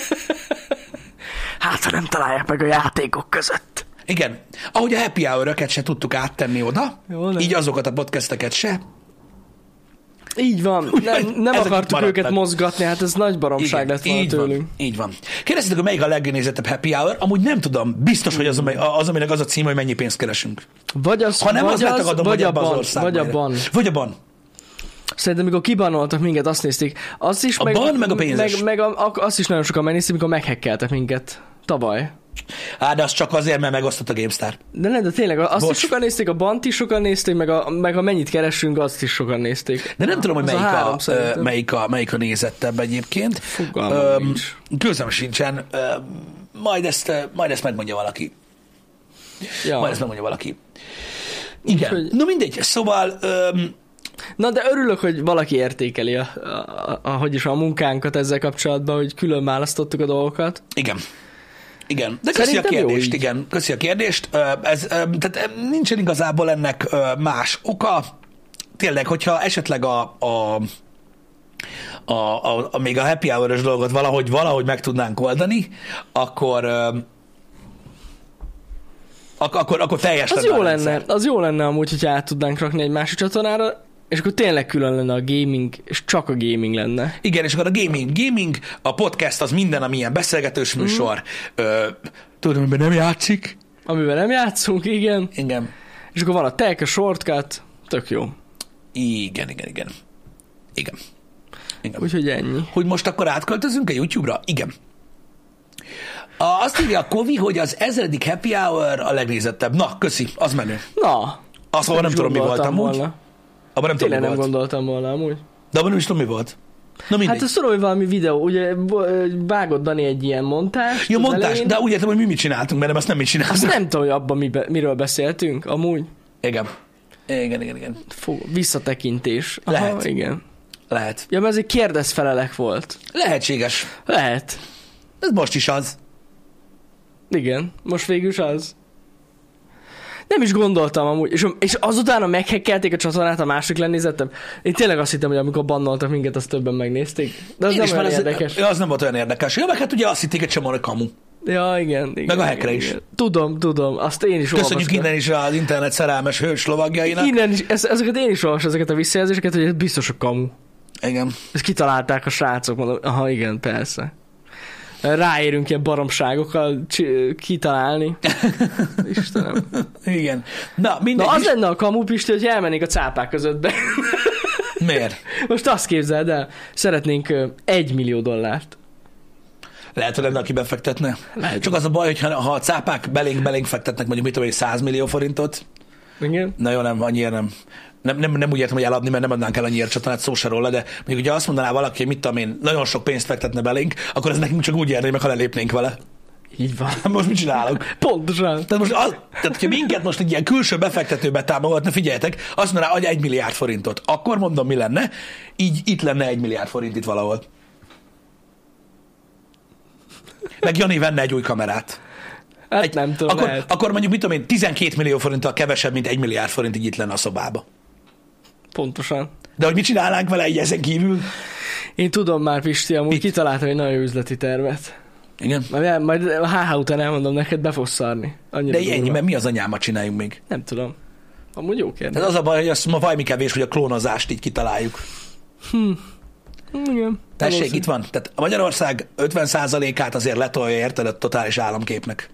Hát, ha nem találják meg a játékok között. Igen. Ahogy a happy hour-öket se tudtuk áttenni oda, Jó, így azokat a podcasteket se. Így van. Nem, nem akartuk maradtak. Őket mozgatni, hát ez nagy baromság igen, lett volna tőlünk. Van, így van. Kérdeztetek, hogy melyik a legnézettebb happy hour? Amúgy nem tudom. Biztos, hogy az, az aminek az a cím, hogy mennyi pénzt keresünk. Vagy az, ha nem, vagy az, az letagadom, vagy abban abban, az vagy abban. Vagy abban. Szerintem, amikor kibanoltak minket, azt nézték. Azt is, a meg, ban, meg a pénzes. Meg, meg a, azt is nagyon sokan megnézték, amikor meghekkeltek minket. Tavaly. Á, de az csak azért, mert megosztott a GameStar. De nem, de tényleg, azt Bocs. is sokan nézték, a bant is sokan nézték, meg a, meg a mennyit keresünk, azt is sokan nézték. De nem tudom, hogy az melyik a, a, a, melyik, a, melyik a nézettebb egyébként. Fogalmam nincs. Közöm sincsen. Majd ezt, majd ezt megmondja valaki. Ja. Majd ezt megmondja valaki. Igen. Úgy, hogy... No mindegy. Szóval... Um, Na, de örülök, hogy valaki értékeli a, a, a, a, hogy is a munkánkat ezzel kapcsolatban, hogy külön választottuk a dolgokat. Igen. Igen. De köszi Szerintem a kérdést, igen. Köszi a kérdést. Ez, tehát nincsen igazából ennek más oka. Tényleg, hogyha esetleg a, a, a, a, a még a happy hour-ös dolgot valahogy, valahogy meg tudnánk oldani, akkor akkor, akkor teljes az jó lenne, az jó lenne amúgy, hogyha át tudnánk rakni egy másik csatornára, és akkor tényleg külön lenne a gaming, és csak a gaming lenne. Igen, és akkor a gaming, gaming, a podcast az minden, ami ilyen beszélgetős műsor. Mm. Ö, tudom, amiben nem játszik. Amiben nem játszunk, igen. Igen. És akkor van a tech, a shortcut, tök jó. Igen, igen, igen. Igen. igen. Úgyhogy ennyi. Hogy most akkor átköltözünk a YouTube-ra? Igen. A, azt írja a Kovi, hogy az ezredik happy hour a legnézettebb. Na, köszi, az menő. Na. Azt nem, nem tudom, mi volt amúgy. Volna. Abban nem Tényleg tudom, nem volt. gondoltam volna amúgy. De abban nem is tudom, mi volt. Na mindegy. Hát azt tudom, hogy valami videó, ugye vágott Dani egy ilyen montást. Jó, montás, elején. De úgy értem, hogy mi mit csináltunk, mert nem, azt nem mit csináltunk. Azt nem tudom, hogy abban mi be, miről beszéltünk, amúgy. Igen. Igen, igen, igen. Fú, visszatekintés. Aha, Lehet. Igen. Lehet. Ja, mert ez egy kérdezfelelek volt. Lehetséges. Lehet. Ez most is az. Igen, most végül is az. Nem is gondoltam amúgy, és, és azután meghekkelték a csatornát, a másik lenézettem. Én tényleg azt hittem, hogy amikor bannoltak minket, azt többen megnézték. De az Én nem is, olyan az, érdekes. Az nem volt olyan érdekes. Ja, meg hát ugye azt hitték egy csomó, hogy kamu. Ja, igen. igen Meg a hackre igen, is. Igen. Tudom, tudom. Azt én is Köszönjük olvastam. innen is az internet szerelmes hős lovagjainak. Innen is, ez, ezeket én is olvasom, ezeket a visszajelzéseket, hogy ez biztos a kamu. Igen. Ezt kitalálták a srácok, mondom, aha, igen, persze. Ráérünk ilyen baromságokkal csi- kitalálni. Istenem. Igen. Na, mindegy Na, az is. lenne a kamu, Pisti, hogy elmennénk a cápák közöttbe. Miért? Most azt képzeld el, szeretnénk ö, egy millió dollárt. Lehet, hogy lenne, aki befektetne. Lehet. Csak az a baj, hogy ha ha a cápák belénk, belénk fektetnek mondjuk, mit tudom, egy száz millió forintot, Igen? na jó, nem, annyira nem. Nem, nem, nem úgy értem, hogy eladni, mert nem adnánk el annyira csatornát, szó se róla, de mondjuk, hogyha azt mondaná valaki, hogy mit tudom én, nagyon sok pénzt fektetne belénk, akkor ez nekünk csak úgy érné, meg ha lelépnénk vele. Így van. Most mit csinálok? Pontosan. Tehát most az, tehát, hogyha minket most egy ilyen külső befektetőbe támogatna, figyeljetek, azt mondaná, hogy egy milliárd forintot. Akkor mondom, mi lenne? Így itt lenne egy milliárd forint itt valahol. Meg Jani venne egy új kamerát. Hát Egy, nem tudom, akkor, lehet. akkor mondjuk, mit tudom én, tizenkét millió forinttal kevesebb, mint egy milliárd forint így itt lenne a szobába. Pontosan. De hogy mit csinálnánk vele így ezen kívül? Én tudom már, Pisti, amúgy Mit? kitaláltam egy nagyon jó üzleti tervet. Igen. Majd, majd a há há után elmondom neked, be fogsz szarni. Annyira De ennyi, durva. mert mi az anyámat csináljunk még? Nem tudom. Amúgy jó kérdés. Ez az a baj, hogy azt ma valami kevés, hogy a klónozást így kitaláljuk. Igen. Tessék, valószínű. itt van. Tehát a Magyarország ötven százalékát azért letolja, érted, a totális államképnek.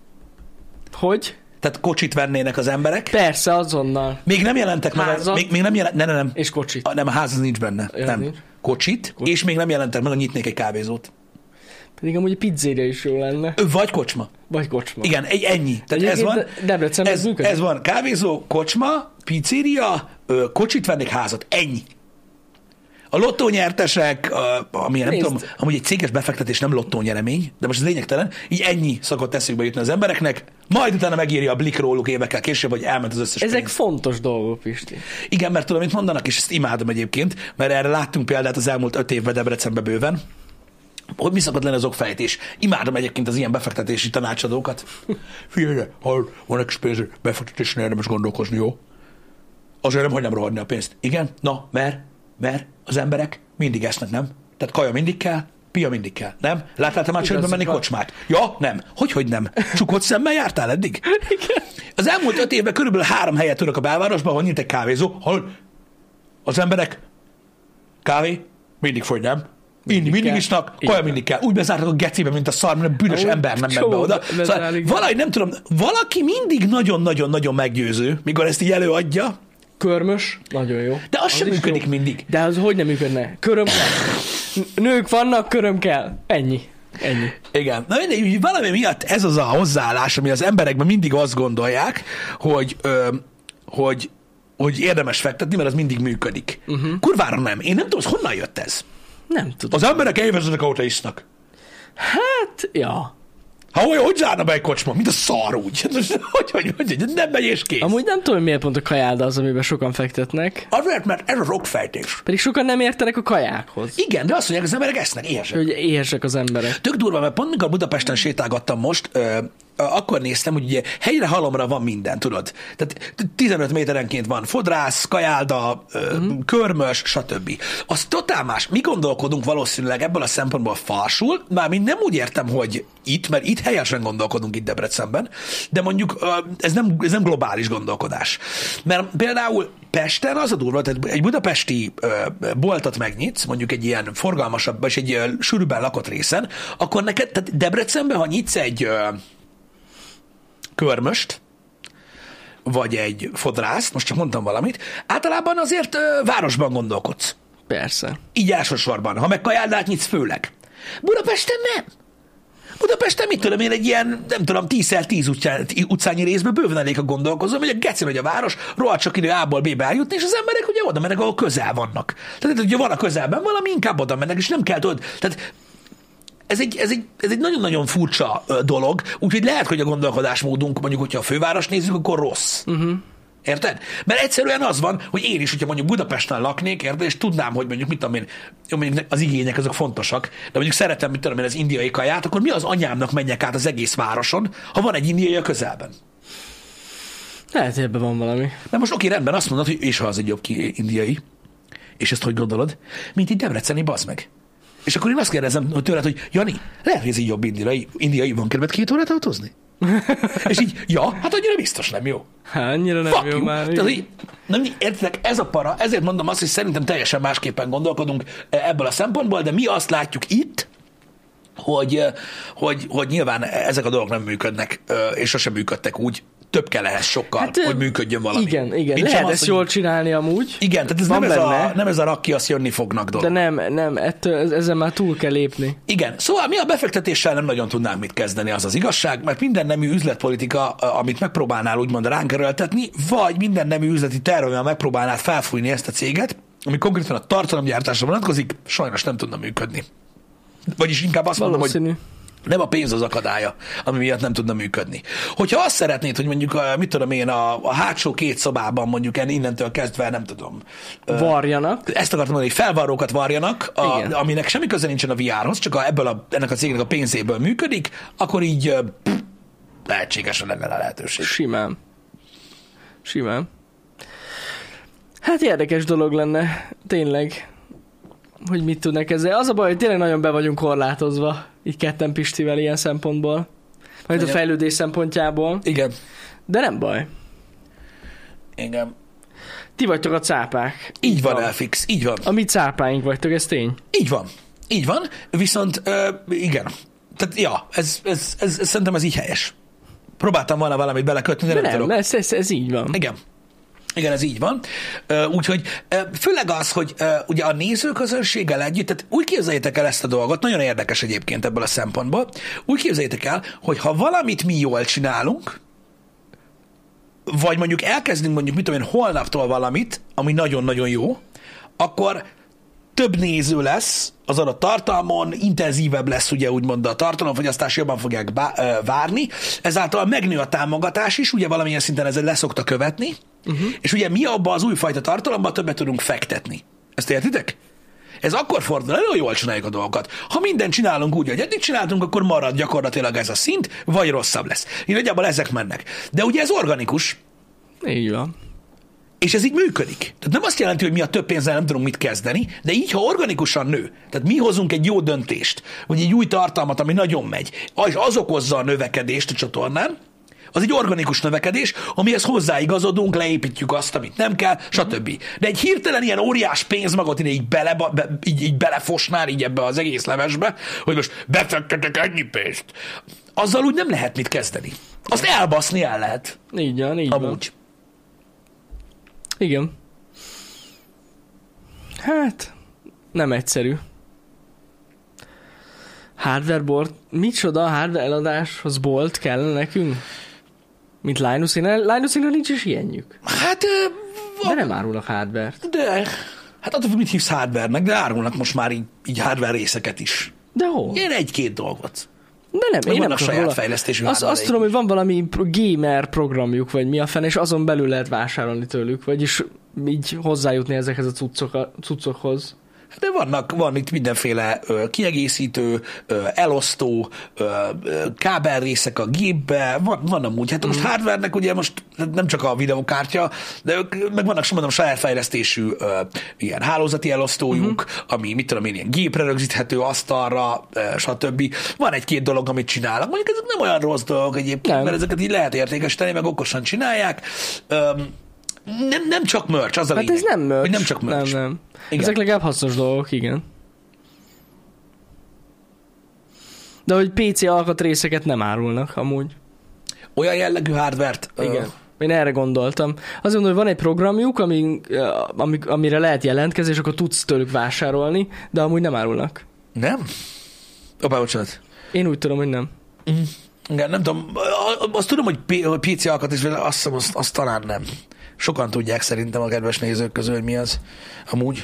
Hogy? Tehát kocsit vennének az emberek. Persze, azonnal. Még nem jelentek meg, Házat. még, még nem jelent, nem, nem, nem. És kocsit. A, nem, a ház az nincs benne. Ja, nem. nincs. Kocsit, Kocsit. és még nem jelentek meg, hogy nyitnék egy kávézót. Pedig amúgy egy pizzéria is jó lenne. Ö, Vagy kocsma. Vagy kocsma. Igen, egy ennyi. Tehát ez van. Egyébként Debrecenben Ez, ez működik. ez van. Kávézó, kocsma, pizzeria, ö, kocsit vennék, házat. Ennyi. A lottónyertesek, a- ami nem Nézd. tudom, amúgy egy céges befektetés nem lottónyeremény, de most ez lényegtelen, így ennyi szokott eszükbe jutni az embereknek, majd utána megírja a Blik róluk évekkel később, hogy elment az összes Ezek pénz. fontos dolgok, Pisti. Igen, mert tudom, mit mondanak, és ezt imádom egyébként, mert erre láttunk példát az elmúlt öt évben Debrecenben bőven, hogy mi szokott lenni az okfejtés. Imádom egyébként az ilyen befektetési tanácsadókat. Figyelj, ha van egy pénz, befektetésnél érdemes gondolkozni, jó? Azért nem hagynám rohadni a pénzt. Igen? Na, mert, mert az emberek mindig esznek, nem? Tehát kaja mindig kell, pia mindig kell, nem? Láttál te már csörökbe menni van. kocsmát? Ja, nem. Hogy, hogy nem? Csukott szemmel jártál eddig? Igen. Az elmúlt öt évben körülbelül három helyet török a belvárosban, ahol nyílt egy kávézó, ahol az emberek kávé mindig fogy, nem? Inni mindig kell. isznak, Így kaja van. mindig kell. Úgy bezártak a gecibe, mint a szar, mert a bűnös Amúgy ember nem megy be csomó oda. bezárik, Szóval igen. valahogy nem tudom, valaki mindig nagyon-nagyon-nagyon meggyőző, mikor ezt így előadja, Körmös, nagyon jó. de az sem is működik jó. mindig. De az hogy nem működne? Köröm kell. N- Nők vannak, köröm kell. Ennyi. Ennyi. Igen. Na mindegy, úgy valami miatt ez az a hozzáállás, ami az emberekben mindig azt gondolják, hogy, ö, hogy, hogy érdemes fektetni, mert az mindig működik. Uh-huh. Kurvára nem. Én nem tudom, honnan jött ez. Nem tudom. Az emberek évezredek óta isznak. Hát, ja. Ha olyan, hogy zárna be egy kocsma? Mint a szar úgy. Hogy, hogy, hogy, hogy nem megy és kész. Amúgy nem tudom, hogy miért pont a kajáda az, amiben sokan fektetnek. Azért, mert ez az okfejtés. Pedig sokan nem értenek a kajákhoz. Igen, de azt mondják, az emberek esznek, éhesek. Hogy éhesek az emberek. Tök durva, mert pont mikor Budapesten sétálgattam most, ö, ö, akkor néztem, hogy ugye helyre halomra van minden, tudod? Tehát tizenöt méterenként van fodrász, kajálda, ö, uh-huh. körmös, stb. Az totál más. Mi gondolkodunk valószínűleg ebből a szempontból falsul, mármint nem úgy értem, hogy itt, mert itt helyesen gondolkodunk itt Debrecenben, de mondjuk ö, ez nem, ez nem globális gondolkodás. Mert például Pesten az a durva, tehát egy budapesti ö, boltot megnyitsz, mondjuk egy ilyen forgalmasabb, vagy egy ö, sűrűbben lakott részen, akkor neked, tehát Debrecenben, ha nyitsz egy ö, körmöst, vagy egy fodrászt, most csak mondtam valamit, általában azért ö, városban gondolkodsz. Persze. Így elsősorban, ha meg kajáldát nyitsz főleg. Budapesten nem. Budapesten mit tudom én, egy ilyen, nem tudom, tízszer tíz utcán, utcányi részből bőven elég a gondolkozom, hogy a geci vagy a város, rohadt sok idő A-ból B-be eljutni, és az emberek ugye oda mennek, ahol közel vannak. Tehát, hogyha van a közelben valami, inkább oda mennek, és nem kell tudod. Tehát ez egy, ez egy, ez egy nagyon-nagyon furcsa ö, dolog, úgyhogy lehet, hogy a gondolkodásmódunk, mondjuk, hogyha a főváros nézzük, akkor rossz. Uh-huh. Érted? Mert egyszerűen az van, hogy én is, hogyha mondjuk Budapesten laknék, érted, és tudnám, hogy mondjuk mit tudom én, jó, mondjuk az igények azok fontosak, de mondjuk szeretem, mit tudom én, az indiai kaját, akkor mi az anyámnak menjek át az egész városon, ha van egy indiai a közelben? Lehet, hogy ebben van valami. De most oké, rendben, azt mondod, hogy és ha az egy jobb ki indiai, és ezt hogy gondolod? Mint itt Debreceni, bazd meg. És akkor én azt kérdezem hogy tőled, hogy Jani, lehet, hogy ez így jobb indiai, indiai van kedved két órát autózni? És így, ja, hát annyira biztos nem jó. Hát annyira nem Fuck jó you. már. Tehát, így, nem, értitek, ez a para, ezért mondom azt, hogy szerintem teljesen másképpen gondolkodunk ebből a szempontból, de mi azt látjuk itt, hogy, hogy, hogy nyilván ezek a dolgok nem működnek, és sosem működtek úgy, több kell ehhez sokkal, hát, hogy működjön valami. Igen, igen, Mint lehet az, ezt hogy... jól csinálni amúgy. Igen, tehát ez nem ez, a, nem ez a rakki, azt jönni fognak dolog. De nem, nem, ettől, ezzel már túl kell lépni. Igen, szóval mi a befektetéssel nem nagyon tudnánk mit kezdeni, az az igazság, mert minden nemű üzletpolitika, amit megpróbálnál úgymond ránk erőltetni, vagy minden nemű üzleti terv, amivel megpróbálnál felfújni ezt a céget, ami konkrétan a tartalomgyártásra vonatkozik, sajnos nem tudna működni. Vagyis inkább azt mondom, hogy nem a pénz az akadálya, ami miatt nem tudna működni. Hogyha azt szeretnéd, hogy mondjuk, mit tudom én, a, a hátsó két szobában mondjuk innentől kezdve, nem tudom. Varjanak. Ezt akartam mondani, hogy felvarrókat varjanak, a, aminek semmi köze nincsen a vé er-hoz, csak a, ebből a, ennek a cégnek a pénzéből működik, akkor így pff, lehetségesen lenne a lehetőség. Simán. Simán. Hát érdekes dolog lenne, tényleg, hogy mit tudnak ezzel. Az a baj, hogy tényleg nagyon be vagyunk korlátozva, így ketten Pistivel ilyen szempontból. Majd a fejlődés szempontjából. Igen. De nem baj. Igen. Ti vagytok a cápák. Így, így van, van, Elfix, így van. A mi cápáink vagytok, ez tény. Így van. Így van, viszont uh, igen. Tehát ja, ez, ez, ez, ez, szerintem ez így helyes. Próbáltam volna valamit belekötni, de, de nem, nem tudok. Ez, ez, ez így van. Igen. Igen, ez így van. Úgyhogy főleg az, hogy ugye a nézőközönséggel együtt, tehát úgy képzeljétek el ezt a dolgot, nagyon érdekes egyébként ebből a szempontból, úgy képzeljétek el, hogy ha valamit mi jól csinálunk, vagy mondjuk elkezdünk mondjuk, mit tudom én, holnaptól valamit, ami nagyon-nagyon jó, akkor több néző lesz az adott tartalmon, intenzívebb lesz ugye úgymond a tartalomfogyasztás, jobban fogják bá- várni, ezáltal megnő a támogatás is, ugye valamilyen szinten ezzel leszokta követni, uh-huh. és ugye mi abban az újfajta tartalomban többet tudunk fektetni. Ezt értitek? Ez akkor fordul, nagyon jól csináljuk a dolgokat. Ha mindent csinálunk úgy, hogy eddig csináltunk, akkor marad gyakorlatilag ez a szint, vagy rosszabb lesz. Így nagyjából ezek mennek. De ugye ez organikus. Így van. És ez így működik. Tehát nem azt jelenti, hogy mi a több pénzzel nem tudunk mit kezdeni, de így, ha organikusan nő, tehát mi hozunk egy jó döntést, vagy egy új tartalmat, ami nagyon megy, és az okozza a növekedést a csatornán, az egy organikus növekedés, amihez hozzáigazodunk, leépítjük azt, amit nem kell, stb. De egy hirtelen ilyen óriás pénzmagot ide így, bele, be, így, így belefosnál így ebbe az egész levesbe, hogy most befektetek ennyi pénzt, azzal úgy nem lehet mit kezdeni. Azt elbaszni el lehet. Így van, így Amúgy. van. Igen. Hát, nem egyszerű. Hardware board. Micsoda hardware eladáshoz bolt kellene nekünk? Mint Linus-énél? Linus-énél nincs is ilyenjük. Hát... Uh, de nem árulnak hardware-t. De... Hát attól, mit hívsz hardware-nek, de árulnak most már így, így hardware részeket is. De hol? Ilyen egy-két dolgot. De nem, meg én nem saját róla. Fejlesztésű azt, azt tudom, hogy van valami gamer programjuk, vagy mi a fene, és azon belül lehet vásárolni tőlük, vagyis így hozzájutni ezekhez a cuccok, cuccokhoz. De vannak, van itt mindenféle ö, kiegészítő, ö, elosztó, ö, ö, kábelrészek a gépbe, van, van amúgy. Hát most mm. hardware-nek ugye most nem csak a videokártya, de ők, meg vannak, mondom, saját fejlesztésű ö, ilyen hálózati elosztójuk, mm. ami, mit tudom én, ilyen gépre rögzíthető, asztalra, ö, stb. Van egy-két dolog, amit csinálnak. Mondjuk ezek nem olyan rossz dolgok egyébként, nem. Mert ezeket így lehet értékesíteni, meg okosan csinálják. Ö, Nem, nem csak merch, az a hát lényeg. Ez nem merch. Hogy nem csak merch. Nem, nem. Igen. Ezek legalább hasznos dolgok, igen. De hogy pé cé alkatrészeket nem árulnak amúgy. Olyan jellegű hardvert? Igen. Uh... Én erre gondoltam. Azt mondom, hogy van egy programjuk, ami, ami, amire lehet jelentkezni, és akkor tudsz tőlük vásárolni, de amúgy nem árulnak. Nem? Opá, bocsánat. Én úgy tudom, hogy nem. Mm. Igen, nem tudom. Azt tudom, hogy pé cé alkatrész, azt hiszem, azt, azt talán nem. Sokan tudják szerintem a kedves nézők közül, hogy mi az amúgy.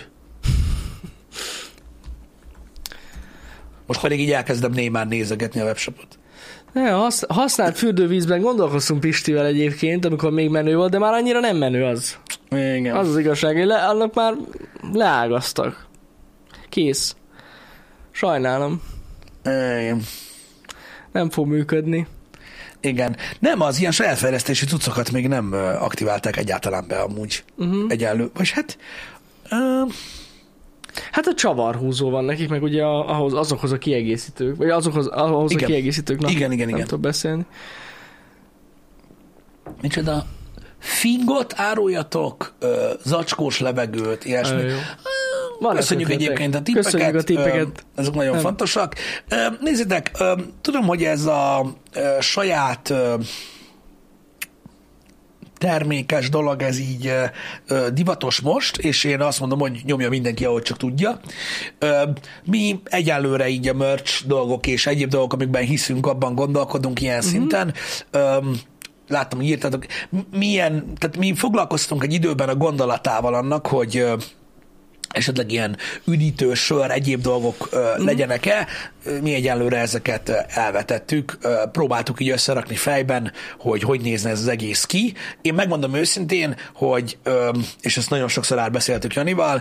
Most pedig így elkezdem némán nézegetni a webshopot. Ne, hasz, használt fürdővízben gondolkoztunk Pistivel egyébként, amikor még menő volt, de már annyira nem menő az. Igen. Az az igazság, hogy le, annak már leágaztak. Kész. Sajnálom. Igen. Nem fog működni. Igen. Nem, az ilyen saját fejlesztési cuccokat még nem aktiválták egyáltalán be amúgy. Uh-huh. Egyenlő. Vagy hát... Uh, Hát a csavarhúzó van nekik, meg ugye ahhoz, azokhoz a kiegészítők, vagy azokhoz ahhoz igen. a kiegészítők. Na, igen, igen, nem igen. tudom beszélni. Micsoda? Fingot áruljatok, ö, zacskós levegőt, ilyesmi. Van Köszönjük egyébként a tippeket. Köszönjük a tippeket. Ezek nagyon nem. fontosak. Nézzétek, tudom, hogy ez a saját termékes dolog, ez így divatos most, és én azt mondom, hogy nyomja mindenki, ahogy csak tudja. Mi egyelőre így a merch dolgok és egyéb dolgok, amikben hiszünk, abban gondolkodunk ilyen mm-hmm. szinten. Láttam, hogy írtatok. Milyen, tehát mi foglalkoztunk egy időben a gondolatával annak, hogy esetleg ilyen üdítő, sör, egyéb dolgok mm. legyenek-e. Mi egyelőre ezeket elvetettük, próbáltuk így összerakni fejben, hogy hogy nézne ez az egész ki. Én megmondom őszintén, hogy, és ezt nagyon sokszor átbeszéltük Janival,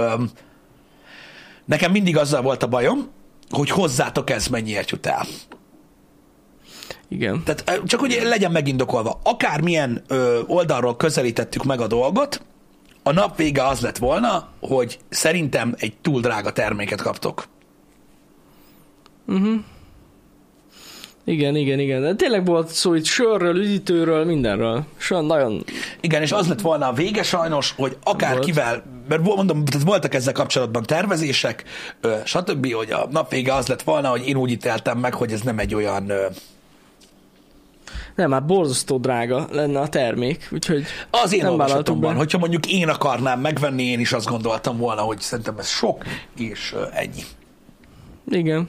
nekem mindig azzal volt a bajom, hogy hozzátok ez mennyiért jut el. Igen. Tehát csak hogy legyen megindokolva. Akármilyen oldalról közelítettük meg a dolgot, a nap vége az lett volna, hogy szerintem egy túl drága terméket kaptok. Uh-huh. Igen, igen, igen. De tényleg volt szó itt sörről, üdítőről, mindenről. Sőt, nagyon... Igen, és az lett volna a vége sajnos, hogy akárkivel, mert mondom, tehát voltak ezzel kapcsolatban tervezések, stb., hogy a nap vége az lett volna, hogy én úgy ítéltem meg, hogy ez nem egy olyan... Nem, hát borzasztó drága lenne a termék, úgyhogy az én olvasatomban, hogyha mondjuk én akarnám megvenni, én is azt gondoltam volna, hogy szerintem ez sok, és uh, ennyi. Igen.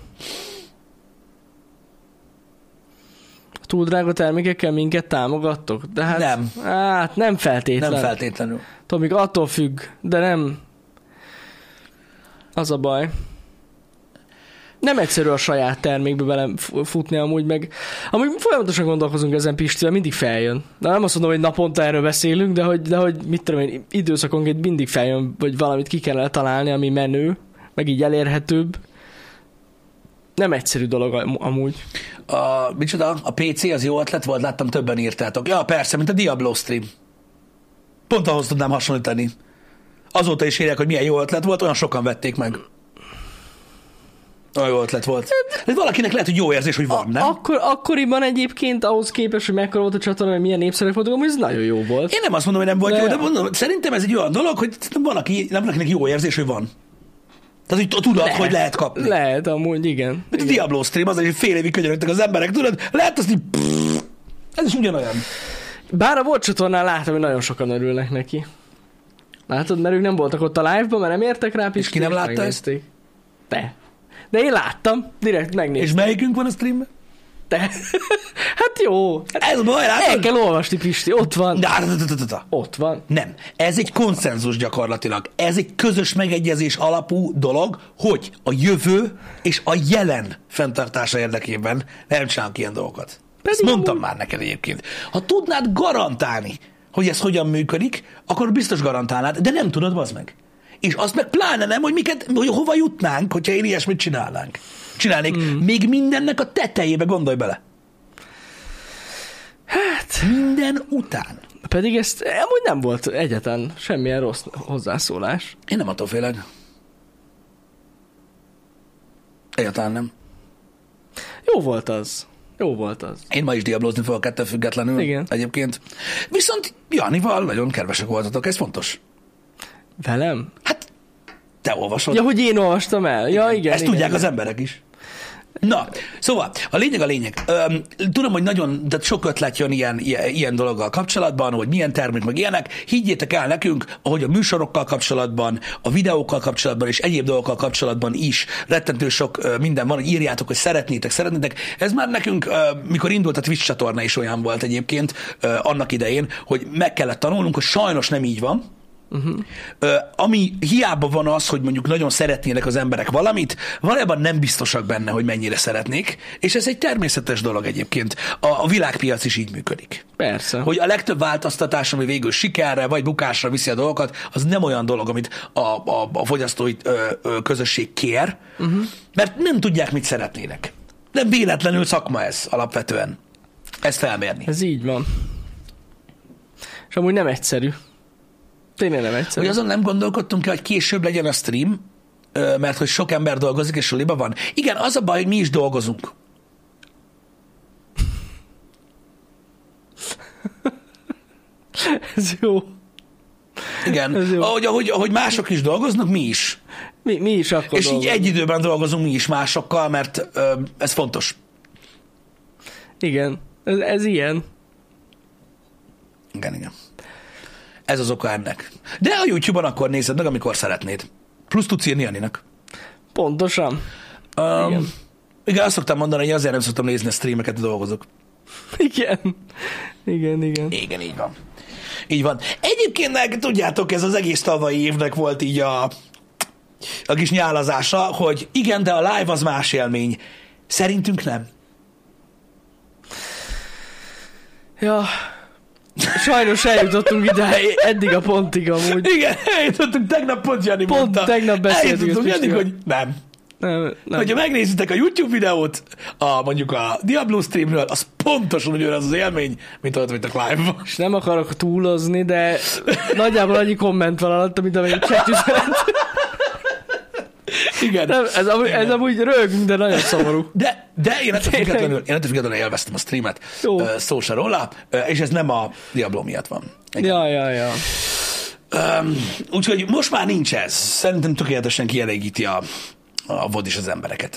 Túl drága termékekkel minket támogattok? De hát, nem. Hát nem feltétlen. Nem feltétlenül. Tudom, még attól függ, de nem. Az a baj. Nem egyszerű a saját termékbe belefutni amúgy, meg amúgy folyamatosan gondolkozunk ezen Pistivel, mindig feljön. De nem azt mondom, hogy naponta erről beszélünk, de hogy, de hogy mit tudom én, időszakonként mindig feljön, hogy valamit ki kellene találni, ami menő, meg így elérhetőbb. Nem egyszerű dolog amúgy. A, micsoda, a pé cé az jó ötlet volt, láttam többen írtátok. Ja, persze, mint a Diablo stream. Pont ahhoz tudnám hasonlítani. Azóta is írják, hogy milyen jó ötlet volt, olyan sokan vették meg. Olyan jó ötlet volt. De valakinek lehet, hogy jó érzés, hogy van, nem? Akkor, akkoriban egyébként ahhoz képest, hogy mekkora volt a csatorna, hogy milyen népszerűek voltunk, amúgy ez nagyon jó volt. Én nem azt mondom, hogy nem volt de... jó, de mondom, szerintem ez egy olyan dolog, hogy van, aki, nem valakinek jó érzés, hogy van. Tehát, hogy tudod, lehet, hogy lehet kapni. Lehet, amúgy, igen. Mint a Diablo stream, az, hogy fél évig könyörögtek az emberek, tudod, lehet azt így... Ez is ugyanolyan. Bár a volt csatornán látom, hogy nagyon sokan örülnek neki. Látod, mert ők nem voltak ott a live-ban, mert nem értek rá, és ki nem látta ezt? Te. De én láttam, direkt megnéztem. És melyikünk van a streamben? Te. Hát jó. Hát ez a baj, látod? El kell olvasni, Pisti, ott van. Da, da, da, da, da. Ott van. Nem. Ez egy konszenzus gyakorlatilag. Ez egy közös megegyezés alapú dolog, hogy a jövő és a jelen fenntartása érdekében nem csinálunk ilyen dolgokat. Pedig ezt mondtam úgy... már neked egyébként. Ha tudnád garantálni, hogy ez hogyan működik, akkor biztos garantálnád, de nem tudod, bazd meg. És azt meg pláne nem, hogy, miket, hogy hova jutnánk, hogyha én ilyesmit csinálnánk. Csinálnék. Mm. Még mindennek a tetejébe gondolj bele. Hát... Minden után. Pedig ezt amúgy nem volt egyetlen semmilyen rossz hozzászólás. Én nem attól félek. Egyáltalán nem. Jó volt az. Jó volt az. Én ma is diablózni fogok ettől függetlenül. Igen. Egyébként. Viszont Janival nagyon kedvesek voltatok, ez fontos. Velem? Hát, te olvasod. Ja, hogy én olvastam el. Ja, igen. Ezt igen, tudják igen. az emberek is. Na, szóval, a lényeg a lényeg. Öm, tudom, hogy nagyon, de sok ötlet jön ilyen, ilyen, ilyen dologgal kapcsolatban, hogy milyen termék, meg ilyenek. Higgyétek el nekünk, ahogy a műsorokkal kapcsolatban, a videókkal kapcsolatban és egyéb dolgokkal kapcsolatban is rettentő sok ö, minden van, hogy írjátok, hogy szeretnétek, szeretnétek. Ez már nekünk, ö, mikor indult a Twitch csatorna is olyan volt egyébként ö, annak idején, hogy meg kellett tanulnunk, hogy sajnos nem így van. Uh-huh. Uh, ami hiába van az, hogy mondjuk nagyon szeretnének az emberek valamit, valójában nem biztosak benne, hogy mennyire szeretnék, és ez egy természetes dolog egyébként. A, a világpiac is így működik. Persze. Hogy a legtöbb változtatás, ami végül sikerre vagy bukásra viszi a dolgokat, az nem olyan dolog, amit a, a, a fogyasztói ö, ö, közösség kér, uh-huh. mert nem tudják, mit szeretnének. Nem véletlenül szakma ez alapvetően. Ezt felmérni. Ez így van. És amúgy nem egyszerű. Tényleg nem egyszerű. Hogy azon nem gondolkodtunk el, hogy később legyen a stream, mert hogy sok ember dolgozik, és suliba van. Igen, az a baj, hogy mi is dolgozunk. Ez jó. Igen, ahogy, ahogy, ahogy mások is dolgoznak, mi is. Mi, mi is akkor És dolgozunk. így egy időben dolgozunk mi is másokkal, mert ö, ez fontos. Igen, ez, ez ilyen. Igen, igen. Ez az oka ennek. De a YouTube-on akkor nézed meg, amikor szeretnéd. Plusz tudsz írni Janinak. Pontosan. Um, Igen. igen, azt szoktam mondani, hogy azért nem szoktam nézni a streameket, dolgozok. Igen. Igen, igen. Igen, így van. Így van. Egyébként meg, tudjátok, ez az egész tavalyi évnek volt így a, a kis nyálazása, hogy igen, de a live az más élmény. Szerintünk nem. Ja, sajnos eljutottunk ide, eddig a pontig amúgy. Igen, eljutottunk, tegnap pont Jani Pont mondta. tegnap beszéltünk Eljutottunk ezt eddig, Pistivel. hogy nem. Nem, nem. Hogyha megnézitek a YouTube videót, a, mondjuk a Diablo streamről, az pontosan ugyanaz az élmény, mint ott, mint a live-ban. És nem akarok túlozni, de nagyjából annyi komment van alatt, mint amennyi chat üzenet. Igen. Nem, ez, amúgy, ez amúgy rög, de nagyon szomorú. De, de én ettől függetlenül, én ettől függetlenül élveztem a streamet, Jó. Ö, szó se róla, ö, és ez nem a Diablo miatt van. Igen. Ja, ja, ja. Um, úgyhogy most már nincs ez. Szerintem tökéletesen kielégíti a, a vod is az embereket.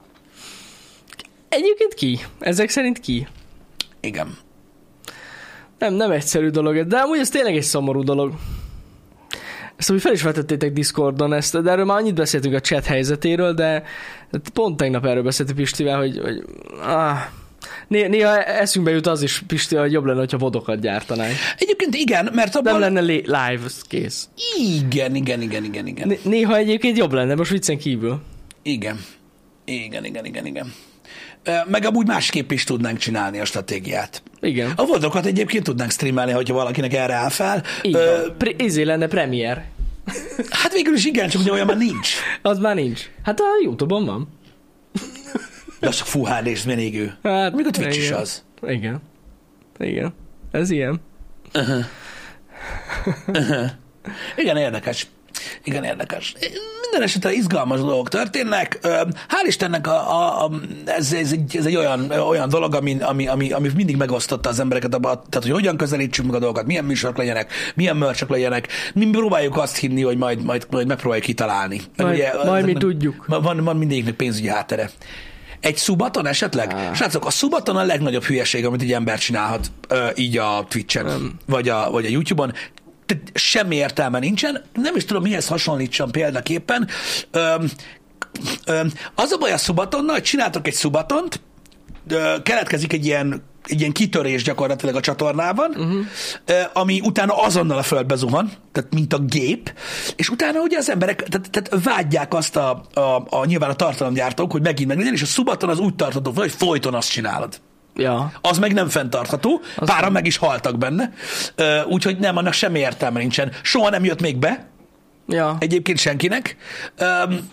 Egyébként ki? Ezek szerint ki? Igen. Nem, nem egyszerű dolog ez, de amúgy ez tényleg egy szomorú dolog. Ezt amúgy fel is vetettétek Discordon ezt, de erről már annyit beszéltünk a chat helyzetéről, de pont tegnap erről beszéltünk Pistivel, hogy, hogy ah, né- néha eszünkbe jut az is, Pisti, hogy jobb lenne, hogyha vodokat gyártanánk. Egyébként igen, mert abban... Nem lenne li- live, kész. Igen, igen, igen, igen, igen. Né- néha egyébként jobb lenne, most viccen kívül. Igen. Igen, igen, igen, igen. Ö, Meg amúgy másképp is tudnánk csinálni a stratégiát. Igen. A vodokat egyébként tudnánk streamelni, hogyha valakinek erre áll fel. Így Ö, van. Pre- Izé lenne premier. Hát végül is igen, csak ugye olyan már nincs. Az már nincs. Hát a YouTube-on van. De az csak Full há dé-s, milyen égő. Hát, Még a Twitch is igen. az. Igen. Igen. Ez ilyen. Uh-huh. Uh-huh. Igen, érdekes. Igen, érdekes. Minden esetre izgalmas dolgok történnek. Ö, Hál' Istennek a, a, a, ez, ez, egy, ez egy olyan, olyan dolog, ami, ami, ami, ami mindig megosztotta az embereket, abba, tehát hogy hogyan közelítsünk meg a dolgokat, milyen műsorok legyenek, milyen mörcsök legyenek. Mi próbáljuk azt hinni, hogy majd, majd, majd megpróbáljuk kitalálni. Meg Majd- majd mi tudjuk. Van, van mindegyiknek pénzügyi háttere. Egy szubaton esetleg? Ah. Srácok, a szubaton a legnagyobb hülyeség, amit egy ember csinálhat ö, így a Twitch-en, vagy a, vagy a YouTube-on. Tehát semmi értelme nincsen. Nem is tudom, mihez hasonlítsam példaképpen. Öm, öm, az a baj a szubatonnal, hogy csináltok egy szubatont, ö, keletkezik egy ilyen, egy ilyen kitörés gyakorlatilag a csatornában, uh-huh. ö, ami utána azonnal a földbe zuhan, tehát mint a gép, és utána ugye az emberek tehát, tehát vágyják azt a, a, a nyilván a tartalomgyártók, hogy megint meg legyen, és a szubaton az úgy tartható fel, hogy folyton azt csinálod. Ja. Az meg nem fenntartható, Az páran nem. meg is haltak benne, Ö, úgyhogy nem, annak semmi értelme nincsen. Soha nem jött még be, Ja. egyébként senkinek. Öm,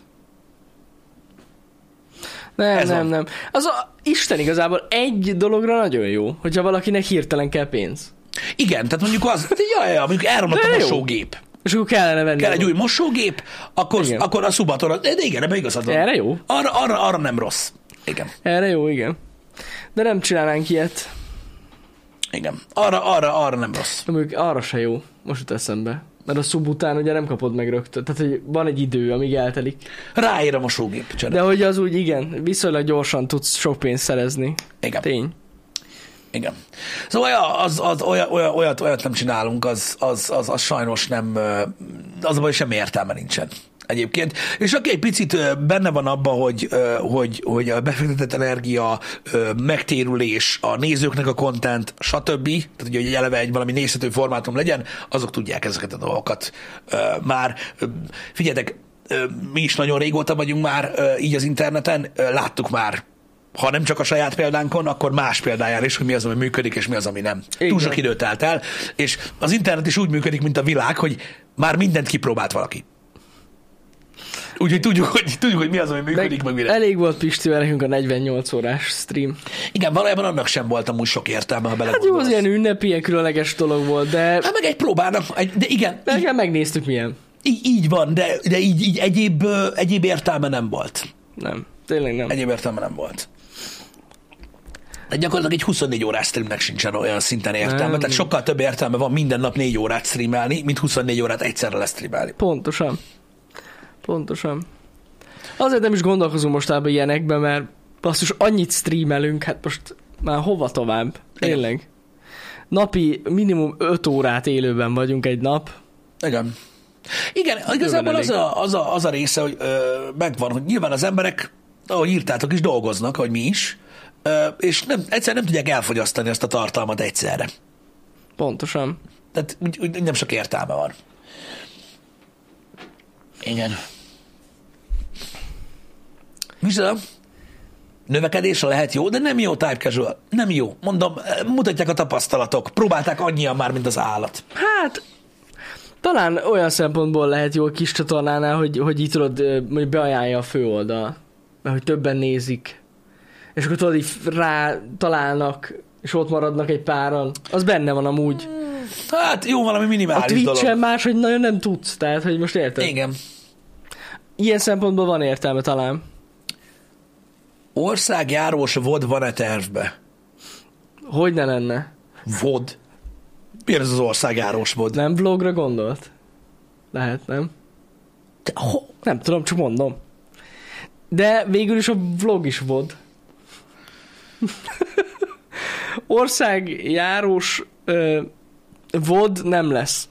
Nem, Ez nem, van. nem. Az a, Isten igazából egy dologra nagyon jó, hogyha valakinek hirtelen kell pénz. igen, tehát mondjuk az, ja, ja, mondjuk elromlott De a jó. mosógép. És akkor kellene venni. Kell egy új mosógép, akkor, Igen. akkor a szubaton, de igen, ebben igazad van. Erre jó. Arra, arra, arra nem rossz. Igen, Erre jó, igen. De nem csinálnánk ilyet. igen. Arra, arra, arra nem rossz. De mondjuk arra se jó. Most jut eszembe. Mert a szub után ugye nem kapod meg rögtön. Tehát, hogy van egy idő, amíg eltelik. Ráér a mosógép. Csere. De hogy az úgy igen, viszonylag gyorsan tudsz sok pénzt szerezni. Igen. Tény. Igen. Szóval ja, az, az, olyat, olyat, olyat, olyat nem csinálunk, az, az, az, az sajnos nem, ö, az a baj, semmi értelme nincsen egyébként. És aki egy picit ö, benne van abban, hogy, ö, hogy, hogy a befektetett energia, ö, megtérülés, a nézőknek a content, stb., tehát ugye, hogy eleve egy valami nézhető formátum legyen, azok tudják ezeket a dolgokat ö, már. Ö, figyeljetek, ö, mi is nagyon régóta vagyunk már ö, így az interneten, ö, láttuk már, ha nem csak a saját példánkon, akkor más példájára is, hogy mi az, ami működik, és mi az, ami nem. Igen. Túl sok idő telt el, és az internet is úgy működik, mint a világ, hogy már mindent kipróbált valaki. Úgyhogy tudjuk, hogy, tudjuk, hogy mi az, ami működik, meg mire. Elég volt Pistivel nekünk a negyvennyolc órás stream. Igen, valójában annak sem volt amúgy sok értelme, ha Hát jó, belegondolsz. az ilyen ünnepi, ilyen különleges dolog volt, de Hát meg egy próbának, egy, de igen, legalább megnéztük milyen. Így, így van, de, de így, így egyéb, egyéb értelme nem volt. Nem, tényleg nem. Egyéb értelme nem volt. De gyakorlatilag egy huszonnégy órás streamnek sincsen olyan szinten értelme, nem. Tehát sokkal több értelme van minden nap négy órát streamelni, mint huszonnégy órát egyszerre lesztreamelni. Pontosan. Pontosan. Azért nem is gondolkozunk mostában ilyenekben, mert basszus, annyit streamelünk, hát most már hova tovább? Tényleg. Igen. Napi minimum öt órát élőben vagyunk egy nap. Igen. Igen, igazából az a, az, a, az a része, hogy ö, megvan, hogy nyilván az emberek, ahogy írtátok is, dolgoznak, ahogy mi is, ö, és nem, egyszerűen nem tudják elfogyasztani ezt a tartalmat egyszerre. Pontosan. Tehát úgy, úgy nem sok értelme van. Igen. Micsoda? Növekedésre lehet jó, de nem jó type casual. Nem jó. Mondom, mutatják a tapasztalatok. Próbálták annyian már, mint az állat. Hát, talán olyan szempontból lehet jó a kis csatornánál, hogy, hogy így tudod, hogy beajánlja a főoldal. Mert hogy többen nézik. És akkor tudod, így rá találnak, és ott maradnak egy páran. Az benne van amúgy. Hát jó, valami minimális dolog. A Twitch-en más, hogy nagyon nem tudsz. Tehát, hogy most érted? Igen. Ilyen szempontból van értelme talán. Országjárós vod van-e tervbe? Hogy ne lenne? Vod? Milyen ez az országjárós vod? Nem vlogra gondolt? Lehet, nem? De, ho? Nem tudom, csak mondom. De végül is a vlog is vod. Országjárós ö, vod nem lesz.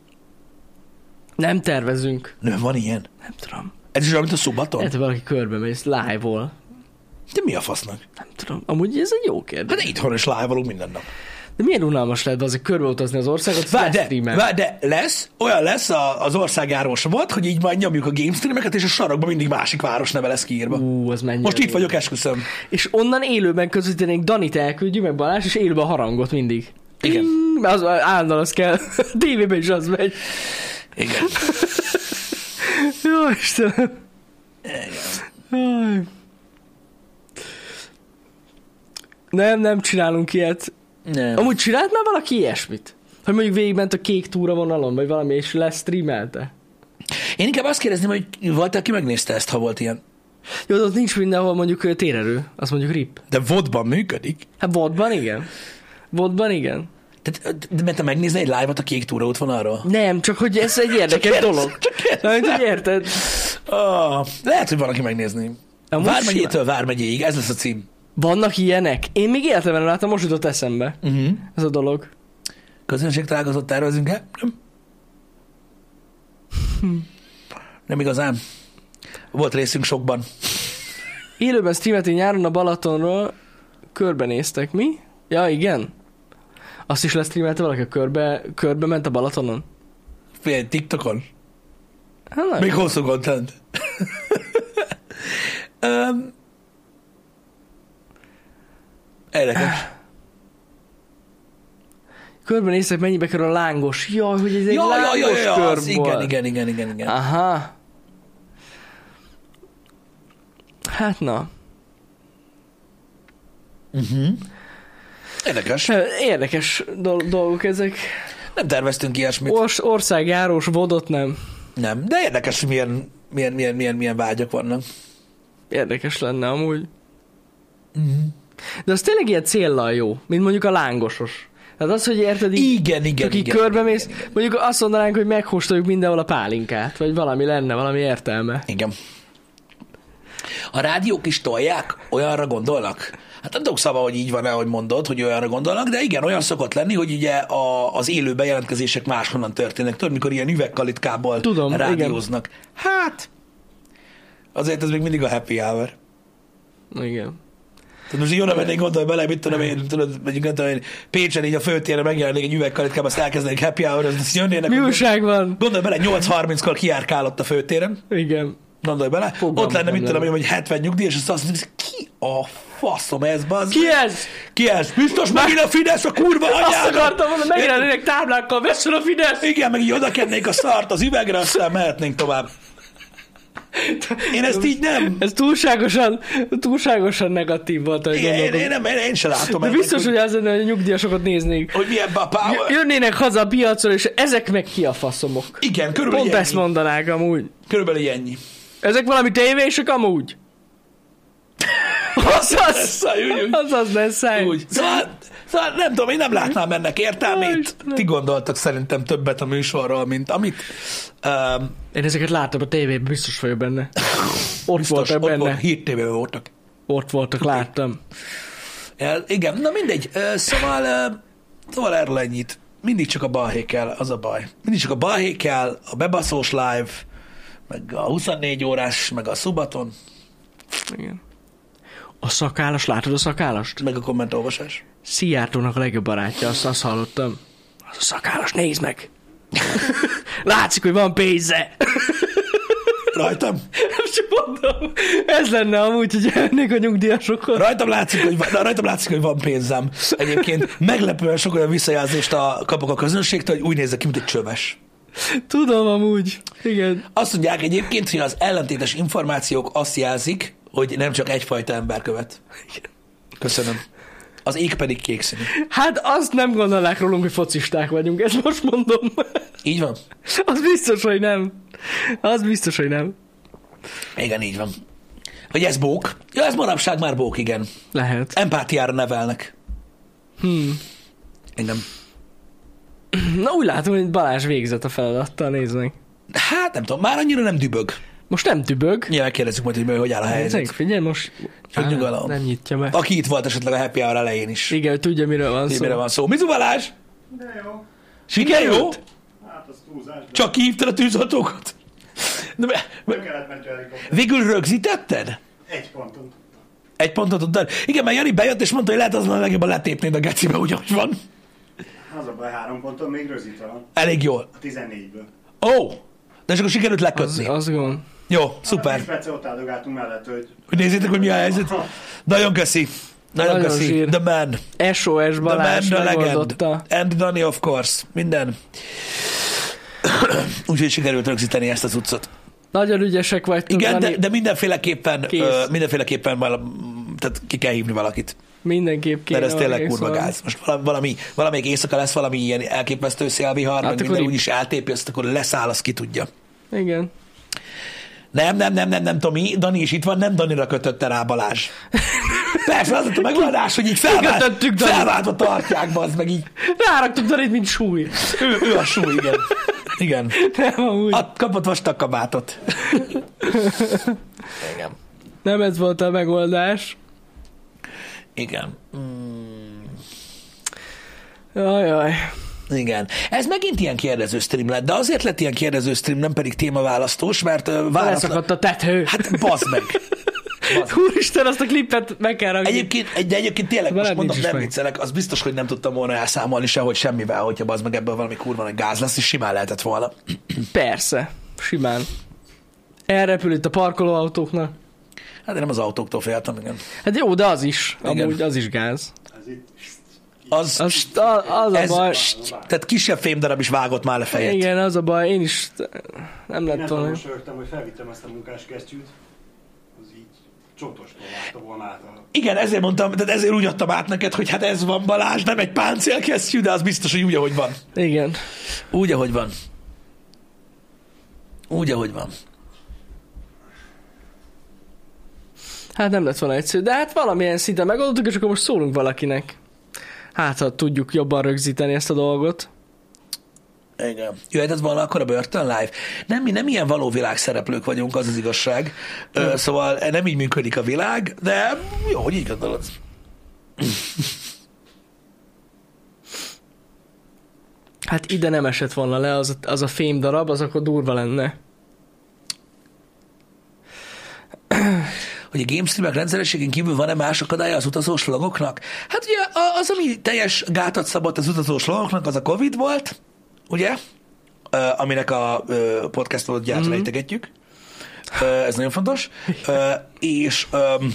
Nem tervezünk. Nem van ilyen? Nem tudom. Ez is olyan, mint a Szubaton? Lehet, hogy valaki körbe mész live-ol. De mi a fasznak? Nem tudom. Amúgy ez egy jó kérdés. Hát itthon is live-olunk minden nap. De milyen unalmas lehet azért körbeutazni az országot? Vár, de, vár, de lesz, olyan lesz a, az országjárós volt, hogy így majd nyomjuk a game streameket, és a sarokban mindig másik város neve lesz kiírva. Ú, az mennyire. Most itt vagyok, esküszöm. És onnan élőben közvetítenénk Danit elküldjük, meg Balázs, és élőben a harangot mindig. Igen. Mert az állandóan az kell. Tévében is az megy. Igen. Jó, Istenem. Igen. Nem, nem csinálunk ilyet. Nem. Amúgy csinált már valaki ilyesmit? Hogy mondjuk végigment a kék túra vonalon, vagy valami, és lesztreamelte? Én inkább azt kérdezném, hogy volt, aki megnézte ezt, ha volt ilyen. Jó, de ott nincs mindenhol mondjuk térerő, azt mondjuk rip. De vodban működik? Hát vodban igen. Vodban igen. Tehát, de mert te megnézni egy live-ot a kék túra útvonalról? Nem, csak hogy ez egy érdekes dolog. Nem, hogy érted? Oh, lehet, hogy van, aki megnézni. Vármegyétől Vármegyéig, ez lesz a cím. Vannak ilyenek? Én még életemben láttam, most jutott eszembe. Uh-huh. Ez a dolog. Közönségtalálkozót tervezünk-e? Nem. Hm. Nem igazán. Volt részünk sokban. Élőben streameltünk nyáron a Balatonról, körbenéztek, mi? Ja, igen. Azt is lesztreamelte valaki, körbe, körbe ment a Balatonon? Figyelj, TikTokon? Hát, még hosszú content. um, Érdekes. Körbenéztek, mennyibe kerül a lángos. Jaj, hogy ez egy ja, lángos ja, ja, ja, kör volt. Igen, igen, igen, igen, igen. Aha. Hát na. Uh-huh. Érdekes. Érdekes dol- dolgok ezek. Nem terveztünk ilyesmit. Ors- országjárós vodot nem. Nem, de érdekes, hogy milyen, milyen, milyen, milyen, milyen vágyak vannak. Érdekes lenne amúgy. Uh-huh. De az tényleg ilyen céllal jó, mint mondjuk a lángosos. Tehát az, hogy érted, így, igen, igen, csak így igen, körbemész, igen, igen. mondjuk azt mondanánk, hogy meghóstoljuk mindenhol a pálinkát, vagy valami lenne, valami értelme. Igen. A rádiók is tolják? Olyanra gondolnak? Hát nem tudok szava, hogy így van-e, hogy mondod, hogy olyanra gondolnak, de igen, olyan szokott lenni, hogy ugye a, az élő bejelentkezések máshonnan történnek. Tudod, mikor ilyen üvegkalitkából Tudom, rádióznak. Igen. Hát, azért ez még mindig a happy hour. Igen. Tehát most így oda mennék, gondolj bele, mit tudom én, tudod, mondjuk nem tudom én, Pécsen így a főtérre megjelennék egy üvegkalitkában, azt elkezdenék happy hour, azt jönnének. Mi újság van? Gondolj bele, nyolc harminckor kijárkál ott a főtéren. Igen. Gondolj bele, Fogalm ott lenne, mit tudom én, hogy hetven nyugdíjas, és azt mondjuk, ki a faszom ez, bazd? Ki ez? Ki ez? Biztos megint a Fidesz, a kurva anyának! Azt akartam volna, megjelennének táblákkal, vessel a Fidesz! Igen, meg így oda kennék a szart az üvegre, aztán mehetnénk tovább. Én ezt így nem... Ez túlságosan, túlságosan negatív volt, ahogy Én, én, gondolkodom. én, nem, én, én sem látom. De ennek, biztos, hogy az lenne, hogy a nyugdíjasokat néznék. hogy milyen bapá... Jönnének haza a piacra, és ezek meg ki a faszomok. Igen, körülbelül Pont ennyi. ezt mondanák amúgy. Körülbelül ennyi. Ezek valami tévések amúgy? Azaz! Száj, úgy, úgy. Azaz lesz száj. Úgy. Szóval, szóval nem tudom, én nem látnám ennek értelmét. Istenem. Ti gondoltak szerintem többet a műsorról, mint amit. Um, Én ezeket láttam a tévében, biztos vagyok benne. Ott biztos, voltak ott benne. volt, hírtévében voltak. Ott voltak, láttam. Ja, igen, na mindegy. Ö, Szóval, ö, szóval erről ennyit. Mindig csak a balhé kell, az a baj. Mindig csak a balhé kell, a bebaszós live, meg a huszonnégy órás, meg a szubaton, Igen. A szakállas, látod a szakállast? meg a kommentolvasás. Szijjártónak a legjobb barátja, azt, azt hallottam. Az a szakállas, nézd meg! Látszik, hogy van pénze! Rajtam? Nem csak mondom, ez lenne amúgy, hogy elmennék a nyugdíjasokhoz. Rajtam látszik, hogy, na, rajtam látszik, hogy van pénzem. Egyébként meglepően sok olyan visszajelzést a, kapok a közönségtől, hogy úgy nézek ki, mint egy csöves. Tudom amúgy, igen. Azt mondják egyébként, hogy az ellentétes információk azt jelzik, hogy nem csak egyfajta ember követ. Köszönöm. Az ég pedig kék színű. Hát azt nem gondolnák rólunk, hogy focisták vagyunk, ezt most mondom. Így van? Az biztos, hogy nem. Az biztos, hogy nem. Igen, így van. Hogy ez bók? Ja, ez manapság már bók, igen. Lehet. Empátiára nevelnek. Hmm. Igen. Na úgy látom, hogy Balázs végzett a feladattal, nézd meg. Hát nem tudom, már annyira nem dübög. Most nem tübög. Nyilván kérdezzük majd, hogy hogy áll a helyzet. Nézzük, figyelj, most Csak Á, nyugalom. nem nyitja meg. Aki itt volt esetleg a happy hour elején is. Igen, hogy tudja, miről van Hogy szó. mire van szó. Mizu Balázs? De jó. Siker jó? Hát az túlzás, de Csak kihívtad a tűzoltókat? De, be- be- tökélet ment a helikopter. végül rögzítetted? Egy ponton. Egy pontot tudtad? Igen, mert Jani bejött és mondta, hogy lehet azon a legjobban letépnéd a gecibe, úgy, ahogy van. Az a baj, három ponton még rögzítve van. Elég jól. A tizennégyből. Ó, de és akkor sikerült Az, lekötni. az gond. Jó, Hát szuper. tíz perce ott áldogáltunk mellett, hogy Hogy nézzétek, hogy mi a helyzet. Nagyon köszi. Nagyon, Nagyon köszi. zsír. The man. es o es The Balázs man, the legend. megoldotta. And Dani, of course. Minden. Úgyhogy sikerült rögzíteni ezt az utcot. Nagyon ügyesek vagytok, Igen, de, Dani. de mindenféleképpen, Kész. ö, mindenféleképpen vala, tehát ki kell hívni valakit. Mindenképp kéne. Mert ez tényleg valaki, kurva szóval. gáz. Most valami, valami, valamelyik éjszaka lesz valami ilyen elképesztő szélvihar, Hát meg akkor minden így- úgyis eltépi, azt akkor leszáll, azt ki tudja. Igen. Nem, nem, nem, nem, nem, Tomi, Dani is itt van, nem Danira kötötte rá Balázs. Persze, az lett a megoldás, hogy így felvált, Kikötöttük Danit. felváltva tartják, bazd meg így. Ráraktuk Danit, mint súly. Ő, ő a súly, igen. Igen. Nem, amúgy. A, kapott vastag kabátot. Igen. Nem ez volt a megoldás. Igen. Mm, Ajaj. igen. Ez megint ilyen kérdező stream lett, de azért lett ilyen kérdező stream, nem pedig témaválasztós, mert uh, váratlan... Leszakadt a tető. Hát bazd meg. Bazd meg. Úristen, azt a klippet meg kell rakni. Egyébként, de egyébként tényleg, most Veled mondom, nincs is nem meg. viccelek, az biztos, hogy nem tudtam volna elszámolni sehogy semmivel, hogyha bazd meg ebből valami kurva nagy gáz lesz, és simán lehetett volna. Persze. Simán. Elrepül itt a parkolóautóknak. Hát én nem az autóktól féltem, igen. Hát jó, de az is. Igen. Amúgy az is gáz. ez itt... Az, Az, a- az a ez, baj. tehát kisebb fémdarab is vágott már le fejet. Igen, az a baj. Én is nem Én lett nem volna. most örtem, hogy felvittem ezt a munkáskesztyűt. Az így csotostól látta volna át a... Igen, ezért mondtam, tehát ezért úgy adtam át neked, hogy hát ez van Balázs, nem egy páncélkesztyű, de az biztos, hogy úgy, ahogy van. Igen. Úgy, ahogy van. Úgy, ahogy van. Hát nem lett volna egyszerű, de hát valamilyen szinten megoldottuk, és akkor most szólunk valakinek. Hát, ha tudjuk jobban rögzíteni ezt a dolgot. Igen. Jöhetett volna akkor a Börtön Live? Nem, mi nem ilyen való világ szereplők vagyunk, az az igazság. Ö, szóval nem így működik a világ, de jó, hogy így gondolod. Hát ide nem esett volna le, az a, az a fém darab, az akkor durva lenne. Hogy a GameStreamek rendszerességén kívül van-e más akadálya az utazós logoknak? Hát ugye a- az, ami teljes gátat szabott az utazós logoknak, az a Covid volt, ugye? Ö, aminek a ö, podcastot gyártani Mhm. ejtegetjük. Ö, ez nagyon fontos. Ö, és öm,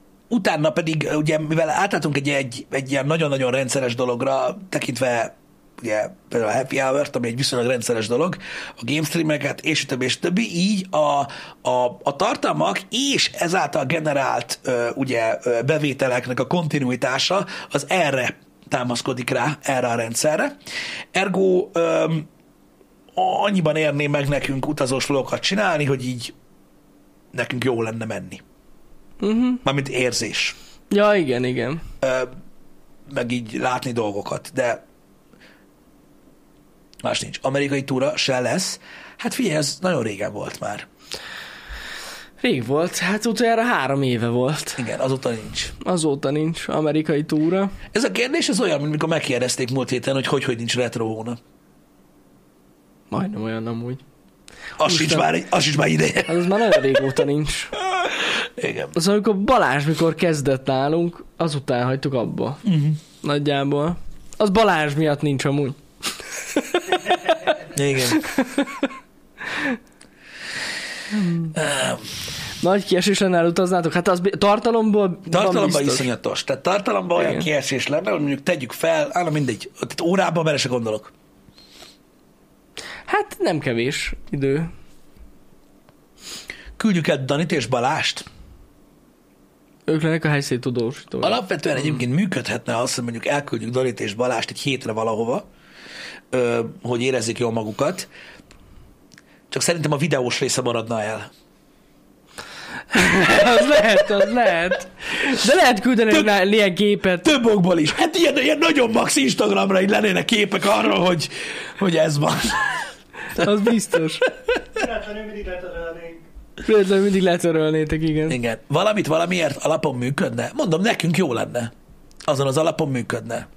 utána pedig, ugye, mivel átálltunk egy, egy, egy ilyen nagyon-nagyon rendszeres dologra, tekintve ugye például a happy hour-t, ami egy viszonylag rendszeres dolog, a game streameket, és többi, és többi, így a, a, a tartalmak és ezáltal generált ö, ugye ö, bevételeknek a kontinuitása az erre támaszkodik rá, erre a rendszerre. Ergo ö, annyiban érné meg nekünk utazós vlogokat csinálni, hogy így nekünk jó lenne menni. Uh-huh. Mármint érzés. Ja, igen, igen. Ö, meg így látni dolgokat, de más nincs. Amerikai túra se lesz. Hát figyelj, ez nagyon régen volt már. Rég volt, hát utoljára három éve volt. Igen, azóta nincs. Azóta nincs amerikai túra. Ez a kérdés ez olyan, mint mikor megkérdezték múlt héten, hogy hogy, hogy nincs retro hónap. Majdnem olyan amúgy. Az sincs, már, az sincs már ideje. Hát az már nagyon régóta nincs. Igen. Az amikor Balázs mikor kezdett nálunk, azután hagytuk abba. Uh-huh. Nagyjából. Az Balázs miatt nincs amúgy. Igen. Hmm. Nagy kiesés lenne, elutaznátok? Hát az tartalomból Tartalomban iszonyatos. Tehát tartalomban olyan kiesés lenne, hogy mondjuk tegyük fel, állna mindegy, tehát órában bele se gondolok. Hát nem kevés idő. Küldjük el Danit és Balást. Ők lennek a helyszíni tudósítók. Alapvetően egyébként működhetne az, hogy mondjuk elküldjük Danit és Balást egy hétre valahova, hogy érezzék jól magukat. Csak szerintem a videós része maradna el. Az lehet, az lehet. De lehet küldeni Több, egy ilyen képet. Több okból is. Hát ilyen, ilyen nagyon max Instagramra így lennének képek arról, hogy, hogy ez van. Az biztos. Véletlenül mindig letörölnénk. Véletlenül mindig letörölnétek, igen. Igen. Valamit valamiért alapon működne. Mondom, nekünk jó lenne. Azon az alapon működne.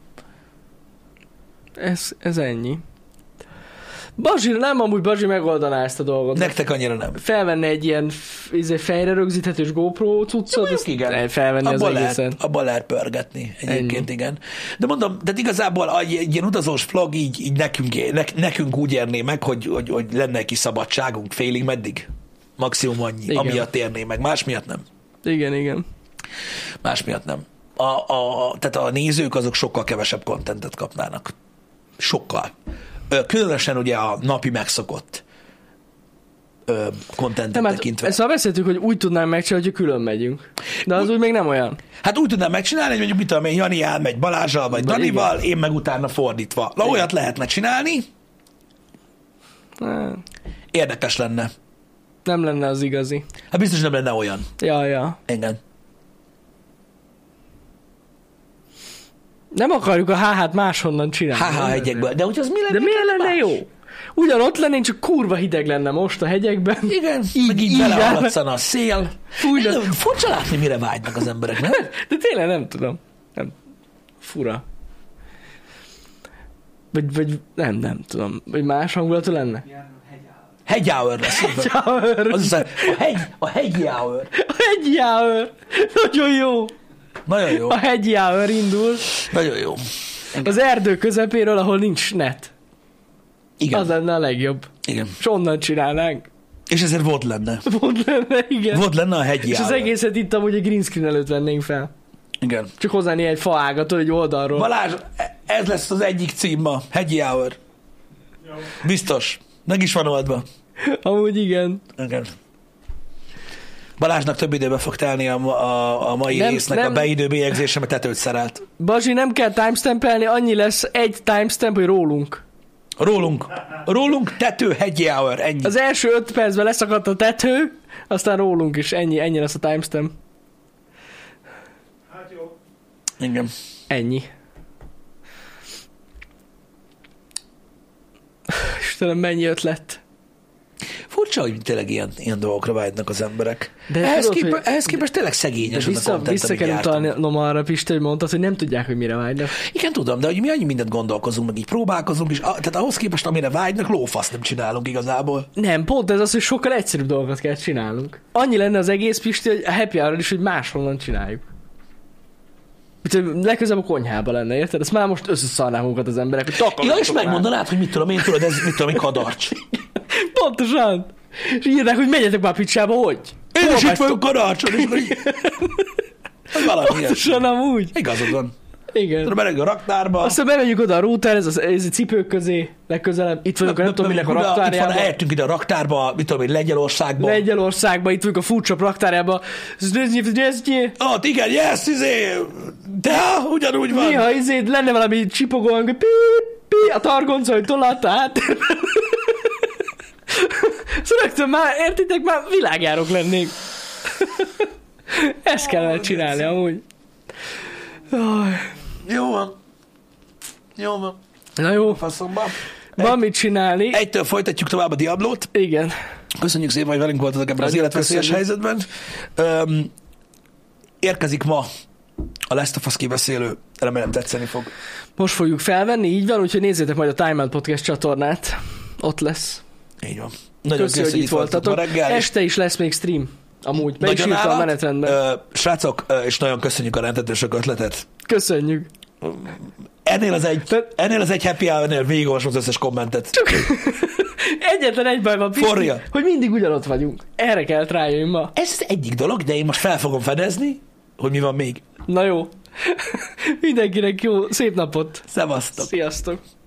Ez, ez ennyi. Bazsi, nem amúgy Bazsi megoldaná ezt a dolgot. Nektek annyira nem. Felvenne egy ilyen fejre rögzíthetős GoPro cuccot, azt igen. felvenni abba az lehet, egészen. Abban lehet pörgetni egyébként, ennyi. Igen. De mondom, de igazából egy, egy ilyen utazós vlog így, így nekünk, ne, nekünk úgy érné meg, hogy, hogy, hogy lenne egy kis szabadságunk félig meddig. Maximum annyi. Igen. Amiatt érné meg. Más miatt nem. Igen, igen. Más miatt nem. A, a, tehát a nézők azok sokkal kevesebb kontentet kapnának. Sokkal. Különösen ugye a napi megszokott kontentet tekintve. Ezt már beszéltük, hogy úgy tudnánk megcsinálni, hogy külön megyünk. De az úgy, úgy még nem olyan. Hát úgy tudnám megcsinálni, hogy mondjuk mit tudom én, Jani elmegy Balázsral vagy, vagy Danival, igen. Én meg utána fordítva. Na, olyat lehetne csinálni. Ne. Érdekes lenne. Nem lenne az igazi. Hát biztos nem lenne olyan. Ja, ja. Igen. Nem akarjuk a há há-t máshonnan csinálni. há há hegyekből. De hogy az mi lenne? De miért lenne jó? Ugyanott lennénk, csak kurva hideg lenne most a hegyekben. Igen, így, meg így, így belehallatszana a szél. Fújna. Furcsa látni, mire vágynak az emberek, nem? De tényleg nem tudom. Nem. Fura. Vagy, vagy nem, nem tudom. Vagy más hangulatú lenne? Hegyhour lesz. Hegyhour. Az a hegy, a hegyi hour. A hegyi hour. Nagyon jó. Nagyon jó. A hegyi hour indul. Nagyon jó. Az erdő közepéről, ahol nincs net. Igen. Az lenne a legjobb. Igen. És onnan csinálnánk. És ezért volt lenne. Volt lenne, igen. Volt lenne a hegyi És hour. az egészet itt amúgy egy green screen előtt vennénk fel. Igen. Csak hozzáni egy faágat, egy oldalról. Balázs, ez lesz az egyik cím ma. Hegyi hour. Jó. Biztos. Meg is van oldva. Amúgy igen. Igen. Balázsnak több időbe fog telni a, a, a mai nem, résznek nem. a beidőbélyegzése, mert tetőt szerelt. Bazsi, nem kell timestampelni, annyi lesz egy timestamp, hogy rólunk. Rólunk. Rólunk tető hegyi hour, ennyi. Az első öt percben leszakadt a tető, aztán rólunk is, ennyi, ennyi lesz a timestamp. Hát jó. Igen. Ennyi. Istenem, mennyi ötlet. Furcsa, hogy tényleg ilyen, ilyen dolgokra vágynak az emberek. De ehhez, tudod, kép, hogy... ehhez képest tényleg szegényes de az vissza, a content, vissza kell utalnom arra, Pista, hogy mondtad, hogy nem tudják, hogy mire vágynak. Igen, tudom, de hogy mi annyi mindent gondolkozunk, meg így próbálkozunk, és a, tehát ahhoz képest, amire vágynak, lófasz nem csinálunk igazából. Nem, pont ez az, hogy sokkal egyszerűbb dolgokat kell csinálnunk. Annyi lenne az egész, Pisti, hogy a happy hour is, hogy máshonnan csináljuk. Legközelebb a konyhába lenne, érted? Ezt már most összeszarnák magukat az emberek, hogy takarnak. Ja, és megmondanád, hogy mit tudom én, tudod, ez mit tudom én, kadarcs. Pontosan. És írják, hogy menjetek már picsába, hogy? Én is itt vagyok kadarcson, és hogy... Valami Pontosan amúgy. Igazad van. Igen. Tudom, belegünk a raktárba. Aztán bemegyünk oda a routerhez, az, ez a cipők közé, legközelebb. Itt vagyunk, nem tudom, minek a raktárjában. Itt van, eljöttünk ide a raktárba, mit tudom én, Lengyelországban. Lengyelországban, itt vagyunk a furcsa raktárjában. Ott igen, yes, izé, de ugyanúgy van. Néha izé, lenne valami csipogó hang, pi, pi, a targonca, hogy tollatta át. Szóval rögtön már, értitek, már világjárok lennék. Ezt kellene csinálni amúgy. Jó van. Jó van. Na jó, Faszomban. van mit csinálni. Egytől folytatjuk tovább a Diablót. Igen. Köszönjük szépen, hogy velünk voltatok ebben az Nagyon életveszélyes köszönjük. helyzetben. Öm, érkezik ma a Last of Us kibeszélő. Remélem tetszeni fog. Most fogjuk felvenni, így van, úgyhogy nézzétek majd a Time Out Podcast csatornát. Ott lesz. Így van. Nagyon Köszi, hogy itt voltatok. ma reggel. Este is lesz még stream. Amúgy. Be is Nagyon írtam a állat. menetrendben. Ö, Srácok, ö, és nagyon köszönjük a rendetetősök ötletet. Köszönjük. Ennél az egy, Te- ennél az egy happy hour-nél végigolvasom az összes kommentet. Csak egyetlen egy baj van, Pisti, Forja. hogy mindig ugyanott vagyunk. Erre kell rájönnöm ma. Ez az egyik dolog, de én most fel fogom fedezni, hogy mi van még. Na jó. Mindenkinek jó, szép napot. Szevasztok! Sziasztok.